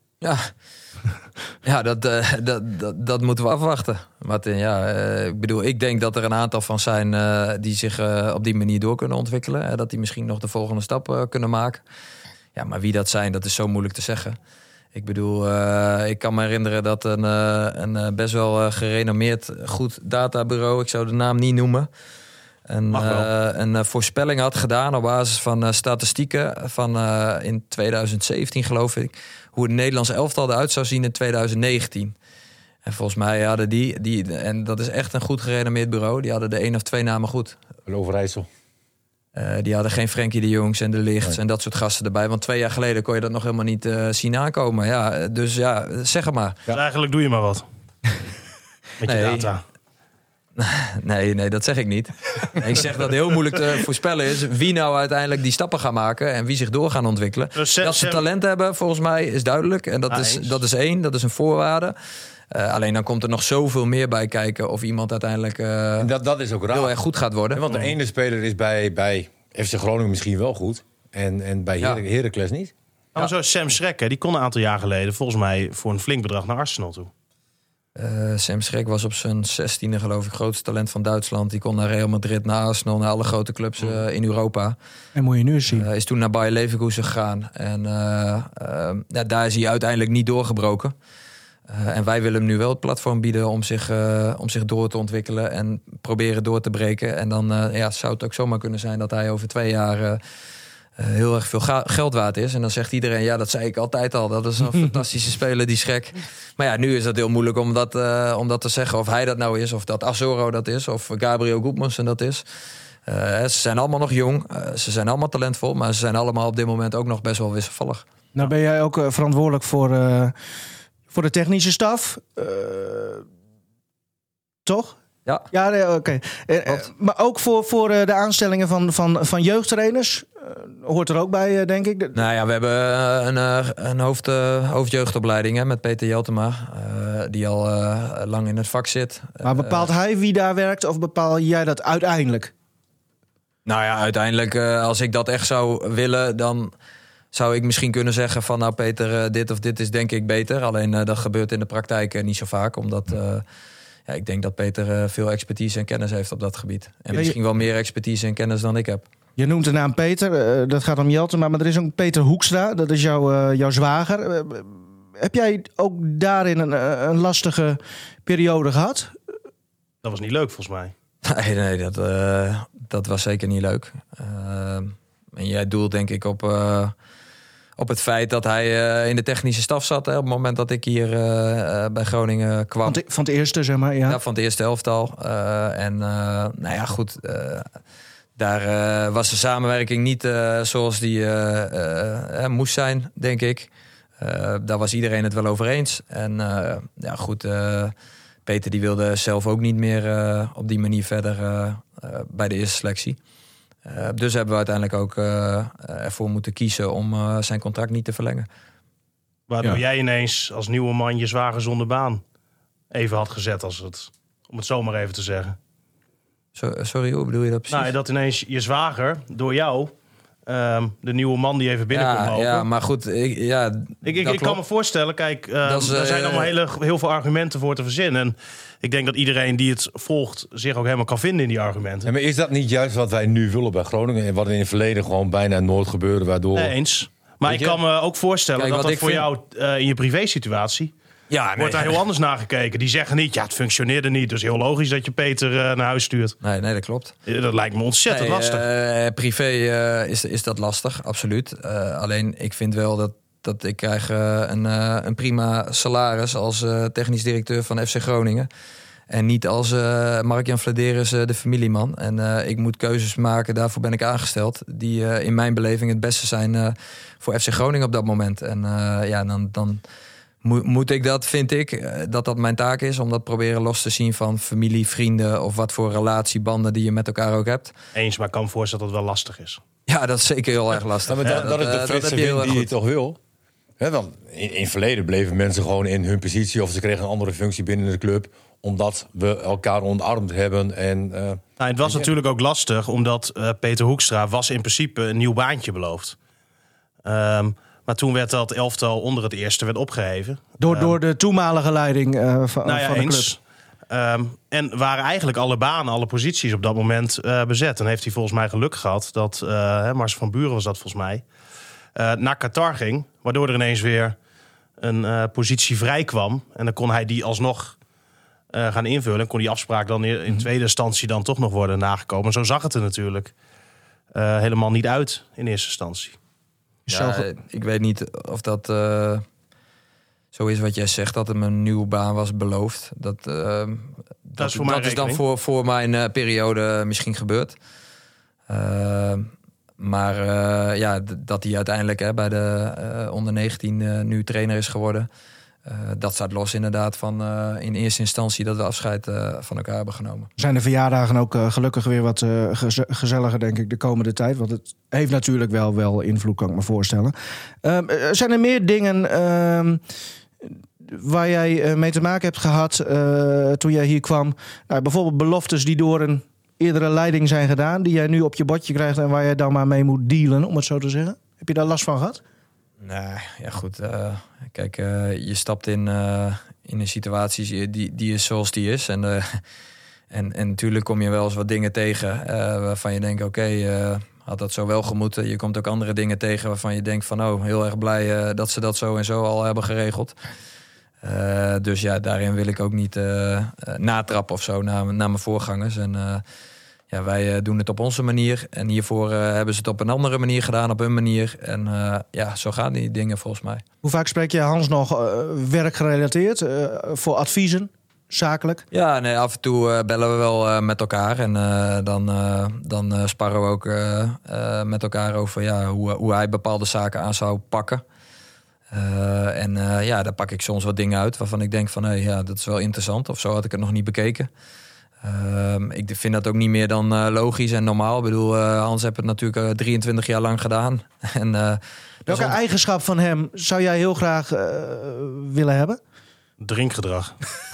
Ja, dat moeten we afwachten. Martin, ik denk dat er een aantal van zijn die zich op die manier door kunnen ontwikkelen. Dat die misschien nog de volgende stap kunnen maken. Ja, maar wie dat zijn, dat is zo moeilijk te zeggen. Ik bedoel, ik kan me herinneren dat een best wel gerenommeerd goed databureau, ik zou de naam niet noemen, een voorspelling had gedaan op basis van statistieken van in 2017, geloof ik, hoe het Nederlands elftal eruit zou zien in 2019. En volgens mij hadden die en dat is echt een goed gerenommeerd bureau, die hadden de 1 of 2 namen goed. Overijssel. Die hadden geen Frenkie de Jongs en de Lichts en dat soort gasten erbij. Want 2 jaar geleden kon je dat nog helemaal niet zien aankomen. Ja, dus ja, zeg het maar. Dus eigenlijk doe je maar wat. Met je data. Nee, dat zeg ik niet. Ik zeg dat het heel moeilijk te voorspellen is wie nou uiteindelijk die stappen gaat maken en wie zich door gaan ontwikkelen. Dus dat ze talent hebben, volgens mij, is duidelijk. En dat is 1, dat is een voorwaarde. Alleen dan komt er nog zoveel meer bij kijken of iemand uiteindelijk dat is ook raar. Heel erg goed gaat worden. Want de ene speler is bij FC Groningen misschien wel goed en bij Heracles niet. Maar zo Sam Schrek, die kon een aantal jaar geleden volgens mij voor een flink bedrag naar Arsenal toe. Sam Schrek was op zijn 16e, geloof ik, grootste talent van Duitsland. Die kon naar Real Madrid, naar Arsenal, naar alle grote clubs in Europa. En moet je nu eens zien. Is toen naar Bayer Leverkusen gegaan. En daar is hij uiteindelijk niet doorgebroken. En wij willen hem nu wel het platform bieden om zich door te ontwikkelen en proberen door te breken. En dan zou het ook zomaar kunnen zijn dat hij over 2 jaar heel erg veel geld waard is. En dan zegt iedereen, ja, dat zei ik altijd al. Dat is een fantastische speler, die Schrek. Maar ja, nu is dat heel moeilijk om dat te zeggen. Of hij dat nou is, of dat Azoro dat is, of Gabriel Goedmansen dat is. Ze zijn allemaal nog jong, ze zijn allemaal talentvol, maar ze zijn allemaal op dit moment ook nog best wel wisselvallig. Nou ben jij ook verantwoordelijk voor de technische staf. Toch? Ja. Ja, nee, oké. Maar ook voor de aanstellingen van jeugdtrainers. Hoort er ook bij, denk ik. Nou ja, we hebben een hoofdjeugdopleiding met Peter Jeltema. Die al lang in het vak zit. Maar bepaalt hij wie daar werkt of bepaal jij dat uiteindelijk? Nou ja, uiteindelijk als ik dat echt zou willen, dan zou ik misschien kunnen zeggen van nou Peter, dit of dit is denk ik beter. Alleen dat gebeurt in de praktijk niet zo vaak. Omdat ik denk dat Peter veel expertise en kennis heeft op dat gebied. En misschien wel meer expertise en kennis dan ik heb. Je noemt de naam Peter, dat gaat om Jeltema, maar er is ook Peter Hoekstra. Dat is jouw zwager. Heb jij ook daarin een lastige periode gehad? Dat was niet leuk volgens mij. Nee, dat was zeker niet leuk. En jij doelt denk ik op het feit dat hij in de technische staf zat. Op het moment dat ik hier bij Groningen kwam. Van het eerste, zeg maar. Ja, van het eerste elftal. Daar was de samenwerking niet zoals die moest zijn, denk ik. Daar was iedereen het wel over eens. En Peter die wilde zelf ook niet meer op die manier verder bij de eerste selectie. Dus hebben we uiteindelijk ook ervoor moeten kiezen om zijn contract niet te verlengen. Waardoor jij ineens als nieuwe man je zwager zonder baan even had gezet, om het zo maar even te zeggen. Sorry, hoe bedoel je dat precies? Nou, dat ineens je zwager door jou, de nieuwe man die even binnen komt lopen. Ja, maar goed, ik kan me voorstellen, kijk, er zijn allemaal heel veel argumenten voor te verzinnen. En ik denk dat iedereen die het volgt zich ook helemaal kan vinden in die argumenten. Ja, maar is dat niet juist wat wij nu willen bij Groningen? En wat in het verleden gewoon bijna nooit gebeurde, waardoor... Nee, eens. Maar ik kan me ook voorstellen dat voor jou in je privésituatie... wordt daar heel anders naar gekeken. Die zeggen niet, het functioneerde niet. Dus heel logisch dat je Peter naar huis stuurt. Nee, dat klopt. Dat lijkt me ontzettend lastig. Privé is dat lastig, absoluut. Alleen ik vind wel dat ik krijg een prima salaris als technisch directeur van FC Groningen. En niet als Mark-Jan Vladeris de familieman. En ik moet keuzes maken, daarvoor ben ik aangesteld. Die in mijn beleving het beste zijn voor FC Groningen op dat moment. En dan moet ik dat, vind ik, dat mijn taak is. Om dat proberen los te zien van familie, vrienden of wat voor relatiebanden die je met elkaar ook hebt. Eens, maar ik kan me voorstellen dat het wel lastig is. Ja, dat is zeker heel erg lastig. Maar dat is de frisse wind die je toch wil. Dan in het verleden bleven mensen gewoon in hun positie... of ze kregen een andere functie binnen de club... omdat we elkaar omarmd hebben. Het was natuurlijk ook lastig... omdat Peter Hoekstra was in principe een nieuw baantje beloofd. Maar toen werd dat elftal onder het eerste werd opgeheven. Door de toenmalige leiding van de club. En waren eigenlijk alle banen, alle posities op dat moment bezet. En heeft hij volgens mij geluk gehad dat Marcel van Buren was dat volgens mij... naar Qatar ging, waardoor er ineens weer een positie vrij kwam. En dan kon hij die alsnog gaan invullen. En kon die afspraak dan in tweede instantie dan toch nog worden nagekomen. Zo zag het er natuurlijk helemaal niet uit in eerste instantie. Ja, ik weet niet of dat zo is wat jij zegt, dat hem een nieuwe baan was beloofd. Dat is dan voor mijn periode misschien gebeurd. Maar dat hij uiteindelijk bij de onder 19 nu trainer is geworden... dat staat los inderdaad van in eerste instantie dat we afscheid van elkaar hebben genomen. Zijn de verjaardagen ook gelukkig weer wat gezelliger, denk ik, de komende tijd? Want het heeft natuurlijk wel invloed, kan ik me voorstellen. Zijn er meer dingen waar jij mee te maken hebt gehad toen jij hier kwam? Nou, bijvoorbeeld beloftes die door een eerdere leiding zijn gedaan... die jij nu op je bordje krijgt en waar jij dan maar mee moet dealen, om het zo te zeggen? Heb je daar last van gehad? Nee, ja goed. Kijk, je stapt in een situatie die is zoals die is. En natuurlijk kom je wel eens wat dingen tegen waarvan je denkt... had dat zo wel gemoeten. Je komt ook andere dingen tegen waarvan je denkt van... heel erg blij dat ze dat zo en zo al hebben geregeld. Dus ja, daarin wil ik ook niet natrappen of zo naar mijn voorgangers. En wij doen het op onze manier. En hiervoor hebben ze het op een andere manier gedaan, op hun manier. En zo gaan die dingen volgens mij. Hoe vaak spreek je Hans nog werkgerelateerd? Voor adviezen, zakelijk? Ja, nee, af en toe bellen we wel met elkaar. En dan sparren we ook met elkaar over hoe hij bepaalde zaken aan zou pakken. Daar pak ik soms wat dingen uit waarvan ik denk van... dat is wel interessant of zo had ik het nog niet bekeken. Ik vind dat ook niet meer dan logisch en normaal. Ik bedoel, Hans heeft het natuurlijk 23 jaar lang gedaan. Welke eigenschap van hem zou jij heel graag willen hebben? Drinkgedrag.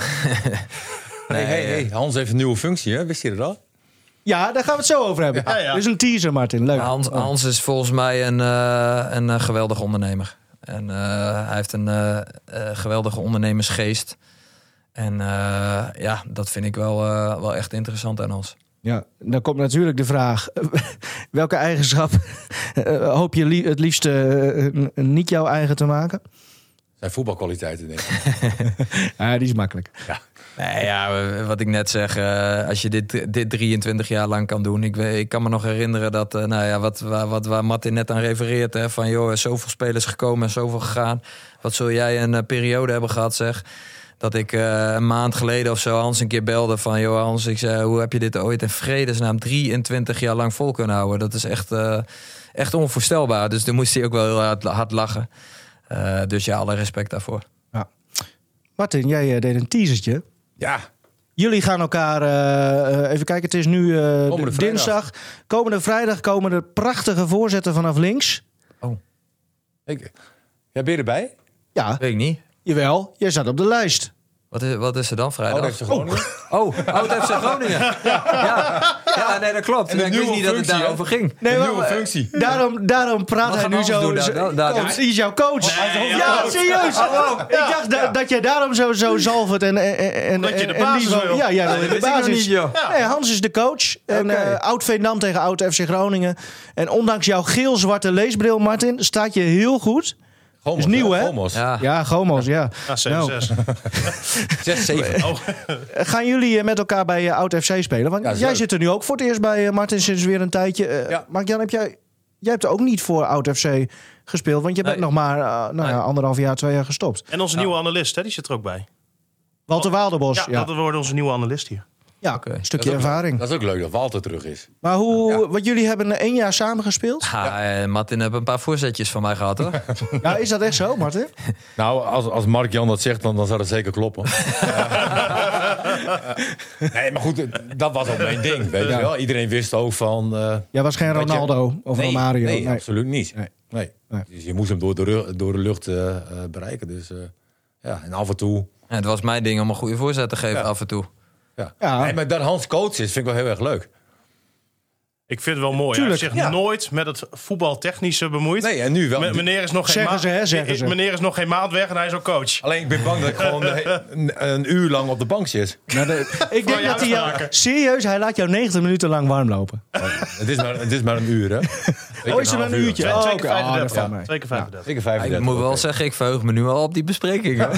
Nee, Hans heeft een nieuwe functie, hè? Wist je dat al? Ja, daar gaan we het zo over hebben. Ja. Dit is een teaser, Martin. Leuk. Hans is volgens mij een geweldige ondernemer. En hij heeft een geweldige ondernemersgeest. En dat vind ik wel echt interessant aan ons. Ja, dan komt natuurlijk de vraag... welke eigenschap hoop je het liefst niet jouw eigen te maken? Zijn voetbalkwaliteiten, denk ik. Die is makkelijk. Ja. Nee, wat ik net zeg, als je dit 23 jaar lang kan doen... Ik kan me nog herinneren dat, waar Martin net aan refereert... Hè, van joh, zoveel spelers gekomen en zoveel gegaan. Wat zul jij een periode hebben gehad, zeg... Dat ik een maand geleden of zo Hans een keer belde van... joh Hans, ik zei, hoe heb je dit ooit in vredesnaam 23 jaar lang vol kunnen houden? Dat is echt onvoorstelbaar. Dus toen moest hij ook wel heel hard lachen. Dus ja, alle respect daarvoor. Ja. Martin, jij deed een teasertje. Ja. Jullie gaan elkaar... even kijken, het is nu dinsdag. Komende vrijdag komen er prachtige voorzetten vanaf links. Oh. Ben je erbij? Ja. Weet ik niet. Jawel, jij staat op de lijst. Wat is er dan vrijdag? Oud FC Groningen. Oud FC Groningen. Ja, nee, dat klopt. Ik wist niet dat het daarover ging. Nee, een nieuwe functie. Daarom praat hij nu zo. Die is jouw coach. Ja, serieus. Ik dacht dat jij daarom zo zalvert en dat je de basis wil. Ja, jij wil in de basis. Nee, Hans is de coach. En oud Veendam tegen oud FC Groningen. En ondanks jouw geel-zwarte leesbril, Martin, staat je heel goed. Gomos, is nieuw, hè? Gomos. Ja, Gomos, ja. 7-6. 6-7. Gaan jullie met elkaar bij Oud FC spelen? Want jij zit er nu ook voor het eerst bij Martin sinds weer een tijdje. Mark-Jan, jij hebt er ook niet voor Oud FC gespeeld. Want je bent nog maar 1,5 jaar, 2 jaar gestopt. En onze nieuwe analist, hè, die zit er ook bij. Walter Waalderbos. Ja, dat wordt onze nieuwe analist hier. Ja, een stukje ervaring. Dat is ook leuk dat Walter terug is. Maar wat jullie hebben 1 jaar samen gespeeld? Martin heeft een paar voorzetjes van mij gehad, hoor. Ja, is dat echt zo, Martin? Nou, als Mark-Jan dat zegt, dan zou dat zeker kloppen. Nee, maar goed, dat was ook mijn ding, weet je wel. Iedereen wist ook van... Jij was geen Ronaldo of Romario. Nee, absoluut niet. Nee. Nee. Dus je moest hem door de lucht bereiken. Dus en af en toe... En het was mijn ding om een goede voorzet te geven af en toe. Ja. Nee, maar dat Hans coach is, vind ik wel heel erg leuk. Ik vind het wel mooi. Hij heeft zich nooit met het voetbaltechnische bemoeid. Nee, en nu wel. Meneer is nog geen Zeggen ze. Meneer is nog geen maand weg en hij is ook coach. Alleen ik ben bang dat ik gewoon een uur lang op de bank zit. Nou, ik denk dat hij jou... Serieus, hij laat jou 90 minuten lang warm lopen. Het is maar een uur, hè? Is er maar een uurtje? 2 keer 35. 2 keer 35. Ik 35. Ik moet wel zeggen, ik verheug me nu al op die bespreking. Hoor.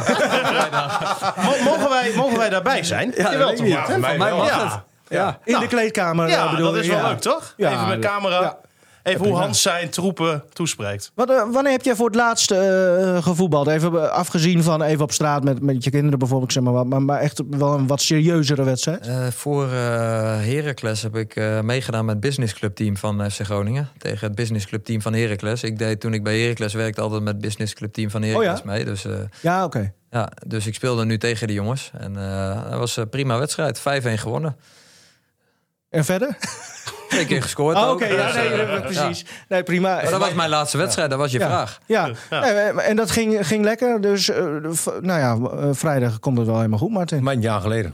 Mogen wij daarbij zijn? Jawel, toch? Ja, voor mij wel. mag het. In de kleedkamer. Ja, bedoel dat is je? wel leuk, toch? Ja, Even met camera. ja. Even hoe Hans zijn troepen toespreekt. Wanneer heb jij voor het laatst gevoetbald? Even afgezien van even op straat met je kinderen bijvoorbeeld, zeg maar echt wel een wat serieuzere wedstrijd? Voor Heracles heb ik meegedaan met het businessclubteam van FC Groningen. Tegen het businessclubteam van Heracles. Ik deed toen ik bij Heracles werkte altijd met het businessclubteam van Heracles mee. Dus, Ja, oké. ja, dus ik speelde nu tegen die jongens. En dat was een prima wedstrijd. 5-1 gewonnen. En verder? 2 keer gescoord Oh, ook. oké, precies. Nee, prima. Maar dat was mijn laatste wedstrijd, dat was je vraag. Ja. Nee, en dat ging lekker. Dus vrijdag komt het wel helemaal goed, Martin. Maar een jaar geleden.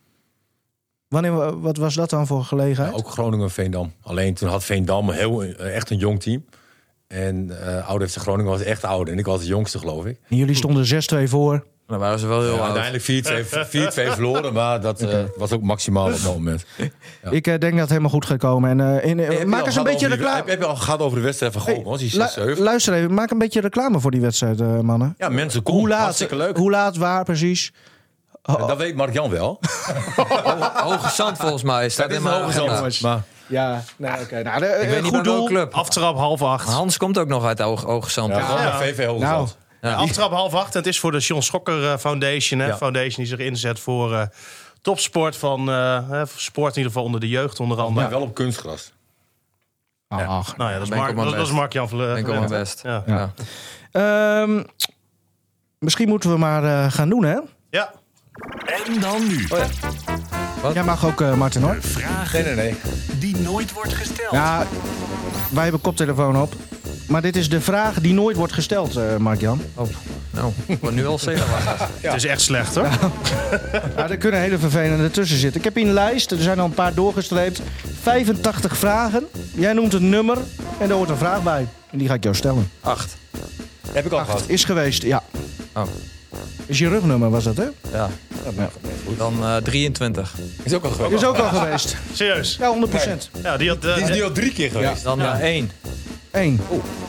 Wat was dat dan voor gelegenheid? Ook Groningen-Veendam. Alleen toen had Veendam echt een jong team. En Oude FC Groningen was echt oud. En ik was de jongste, geloof ik. En jullie stonden 6-2 voor. Dan waren ze wel heel oud. Uiteindelijk 4-2 verloren. Maar dat was ook maximaal op dat moment. Ja. Ik denk dat het helemaal goed gaat komen. En maak eens een beetje reclame. Heb je al gehad over de wedstrijd van Groningen? Was die 6-7? Luister even, maak een beetje reclame voor die wedstrijd, mannen. Ja, mensen komen. Hartstikke leuk. Hoe laat, waar precies? Dat weet Mark-Jan wel. Hoge Zand volgens mij. Staat in mijn agenda. Maar Ja, nou, oké. Nou, Ik weet niet bij welke club. Aftrap 7:30. Hans komt ook nog uit Hoge Zand. ja, VV Hoogezand. Aftrap 7:30. En het is voor de John Schokker Foundation. Hè? Ja. Foundation die zich inzet voor topsport van sport in ieder geval onder de jeugd onder andere. Maar wel op kunstgras. Ach, Nou ja, dat is ben ik op mijn best. Mark-Jan Ben ik op mijn best. Ja. Ja. misschien moeten we maar gaan doen, hè? Ja. En dan nu. Jij mag ook, Martin, hoor. De vraag Nee. die nooit wordt gesteld. Ja, wij hebben koptelefoon op. Maar dit is de vraag die nooit wordt gesteld, Mark-Jan. Oh, nou, ik word nu al zenuwachtig. Het is echt slecht hoor. Ja, er kunnen hele vervelende tussen zitten. Ik heb hier een lijst, er zijn al een paar doorgestreept. 85 vragen. Jij noemt een nummer en er hoort een vraag bij. En die ga ik jou stellen. 8. Heb ik al gehad. Is geweest, ja. Oh, Is je rugnummer, was dat, hè? ja. Dan 23. Is ook al geweest. Is ook al geweest. Serieus. Ja, 100%. Ja, die had, Die is nu al 3 keer geweest. Dan 1. 1.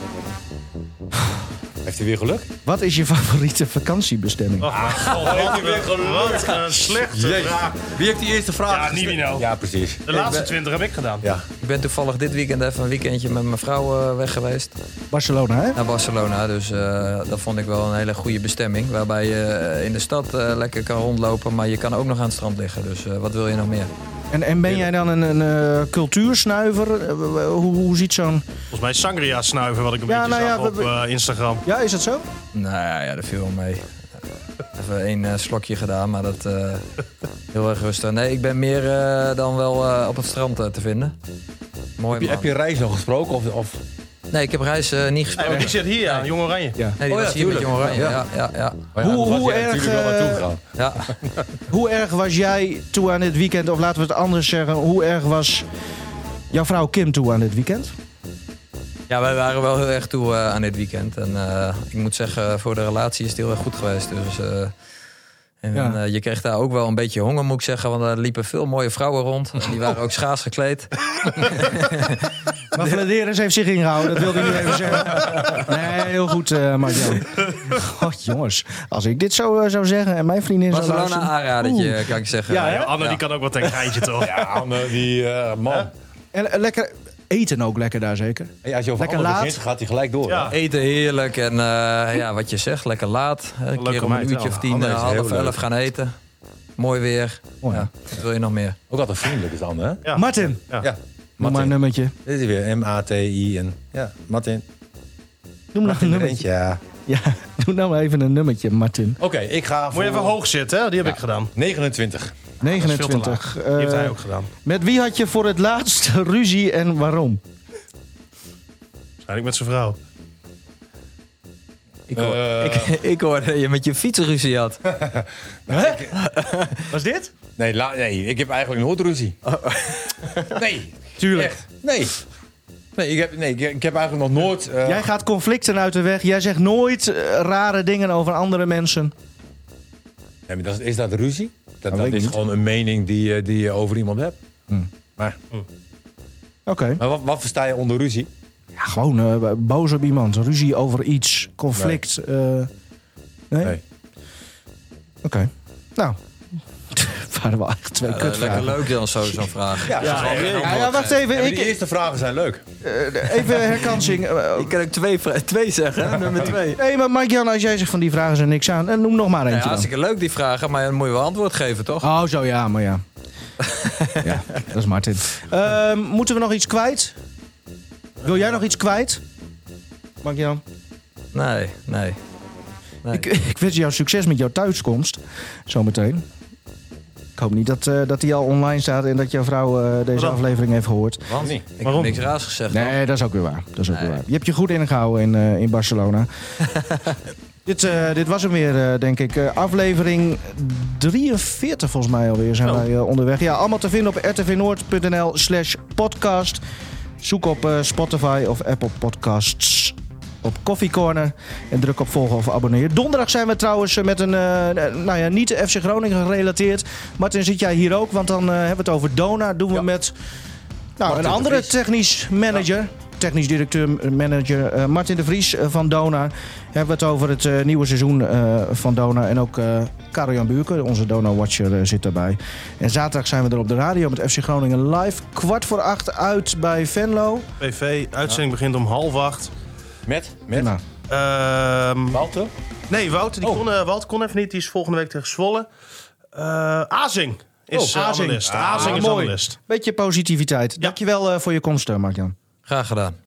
Heeft hij weer geluk? Wat is je favoriete vakantiebestemming? heeft hij weer geluk. Wat een slechte vraag. Wie heeft die eerste vraag? Ja, Nivino. Ja, precies. De laatste 20 heb ik gedaan. Ja. Ik ben toevallig dit weekend even een weekendje met mijn vrouw weg geweest. Barcelona, hè? Naar Barcelona. Dus dat vond ik wel een hele goede bestemming. Waarbij je in de stad lekker kan rondlopen. Maar je kan ook nog aan het strand liggen. Dus wat wil je nog meer? En ben jij dan een cultuursnuiver? Hoe ziet zo'n... Volgens mij sangria snuiven wat ik een Ja, beetje nou zag ja, op Instagram. Ja, is dat zo? Nou ja, dat viel wel mee. Even 1 slokje gedaan, maar dat heel erg rustig. Nee, ik ben meer dan wel op het strand te vinden. Mooi man. Heb je Reis nog gesproken? Of? Nee, ik heb Reis niet gesproken. Nee, die zit hier aan, Jong Oranje. Ja. Nee, die was hier met Jong Oranje. Ja. Oh ja, Hoe anders was jij erg, natuurlijk wel naartoe gegaan. Ja. Hoe erg was jij toe aan dit weekend? Of laten we het anders zeggen. Hoe erg was jouw vrouw Kim toe aan dit weekend? Ja, wij waren wel heel erg toe aan dit weekend. En ik moet zeggen, voor de relatie is het heel erg goed geweest. Dus, je kreeg daar ook wel een beetje honger, moet ik zeggen. Want er liepen veel mooie vrouwen rond. Die waren ook schaars gekleed. Maar Vladeris heeft zich ingehouden, dat wilde ik nu even zeggen. Nee, heel goed, Marjan. God, jongens. Als ik dit zo zou zeggen en mijn vriendin zou Barcelona luisteren... aanradertje, kan ik zeggen. Ja, hè? Anne die kan ook wat een geintje toch? Ja, Anne, die man. En lekker eten ook lekker daar zeker. Hey, als je over Lekker Anne laat. begint, gaat hij gelijk door. Ja. hè? Eten heerlijk en wat je zegt, lekker laat. Een keer om een meid, uurtje ja. of 10, Anne is heel 10:30 leuk. gaan eten. Mooi weer. Mooi. Ja, wat wil je nog meer? Ook altijd vriendelijk is Anne, hè? Ja. Martin, Ja. Ja. noem maar een nummertje. Dit is weer M-A-T-I-N. Ja, Martin. Noem nog een nummertje. Ja. Ja, doe nou maar even een nummertje, Martin. Oké, ik ga voor... Moet je even hoog zitten, hè? Die heb ik gedaan. 29. 29. Die heeft hij ook gedaan. Met wie had je voor het laatst ruzie en waarom? Waarschijnlijk met zijn vrouw. Ik hoorde dat je met je fiets ruzie had. Was dit? Nee, ik heb eigenlijk nooit ruzie. Nee. Tuurlijk. Echt, nee. Ik heb eigenlijk nog nooit... Jij gaat conflicten uit de weg. Jij zegt nooit rare dingen over andere mensen. Ja, maar is dat ruzie? Dat weet ik is niet. gewoon een mening die je over iemand hebt. Maar Oké. wat versta je onder ruzie? Ja, gewoon boos op iemand. Ruzie over iets. Conflict. Nee? Nee. Oké. Nou. waren wel echt twee kutvragen. Lekker leuk dan zo'n vraag. Ja, wacht even. Ja, die eerste vragen zijn leuk. Even herkansing. Ik kan ook twee zeggen, hè? Nummer 2. Nee, maar Mike-Jan, als jij zegt van die vragen zijn niks aan, noem nog maar Ja, eentje dan. hartstikke leuk die vragen, maar dan moet je wel antwoord geven, toch? Oh, zo ja, maar ja. Ja, dat is Martin. Moeten we nog iets kwijt? Wil jij nog iets kwijt? Mike-Jan? Nee. Ik wens jou succes met jouw thuiskomst. Zometeen. Ik hoop niet dat die al online staat en dat jouw vrouw deze aflevering heeft gehoord. Want? Nee. Ik Waarom? heb niks raars gezegd. Nee, dat is ook weer waar. Je hebt je goed ingehouden in Barcelona. Dit was hem weer, denk ik. Aflevering 43 volgens mij alweer zijn wij onderweg. Ja, allemaal te vinden op rtvnoord.nl/podcast. Zoek op Spotify of Apple Podcasts op Coffee Corner en druk op volgen of abonneer. Donderdag zijn we trouwens met een, niet FC Groningen gerelateerd. Martin, zit jij hier ook? Want dan hebben we het over Dona. Doen we met een andere technisch manager. Technisch directeur-manager Martin de Vries van Dona. Hebben we het over het nieuwe seizoen van Dona. En ook Karel-Jan Buurken, onze Dona-watcher, zit daarbij. En zaterdag zijn we er op de radio met FC Groningen live. 7:15 uit bij Venlo. PV, uitzending begint om 7:30. Met? Nou, Walter? Nee, Wouter Wouter kon even niet. Die is volgende week tegen Zwolle. Azing is Azing. analist. Azing is mooi. analist. beetje positiviteit. Dankjewel voor je komst, Mark-Jan. Graag gedaan.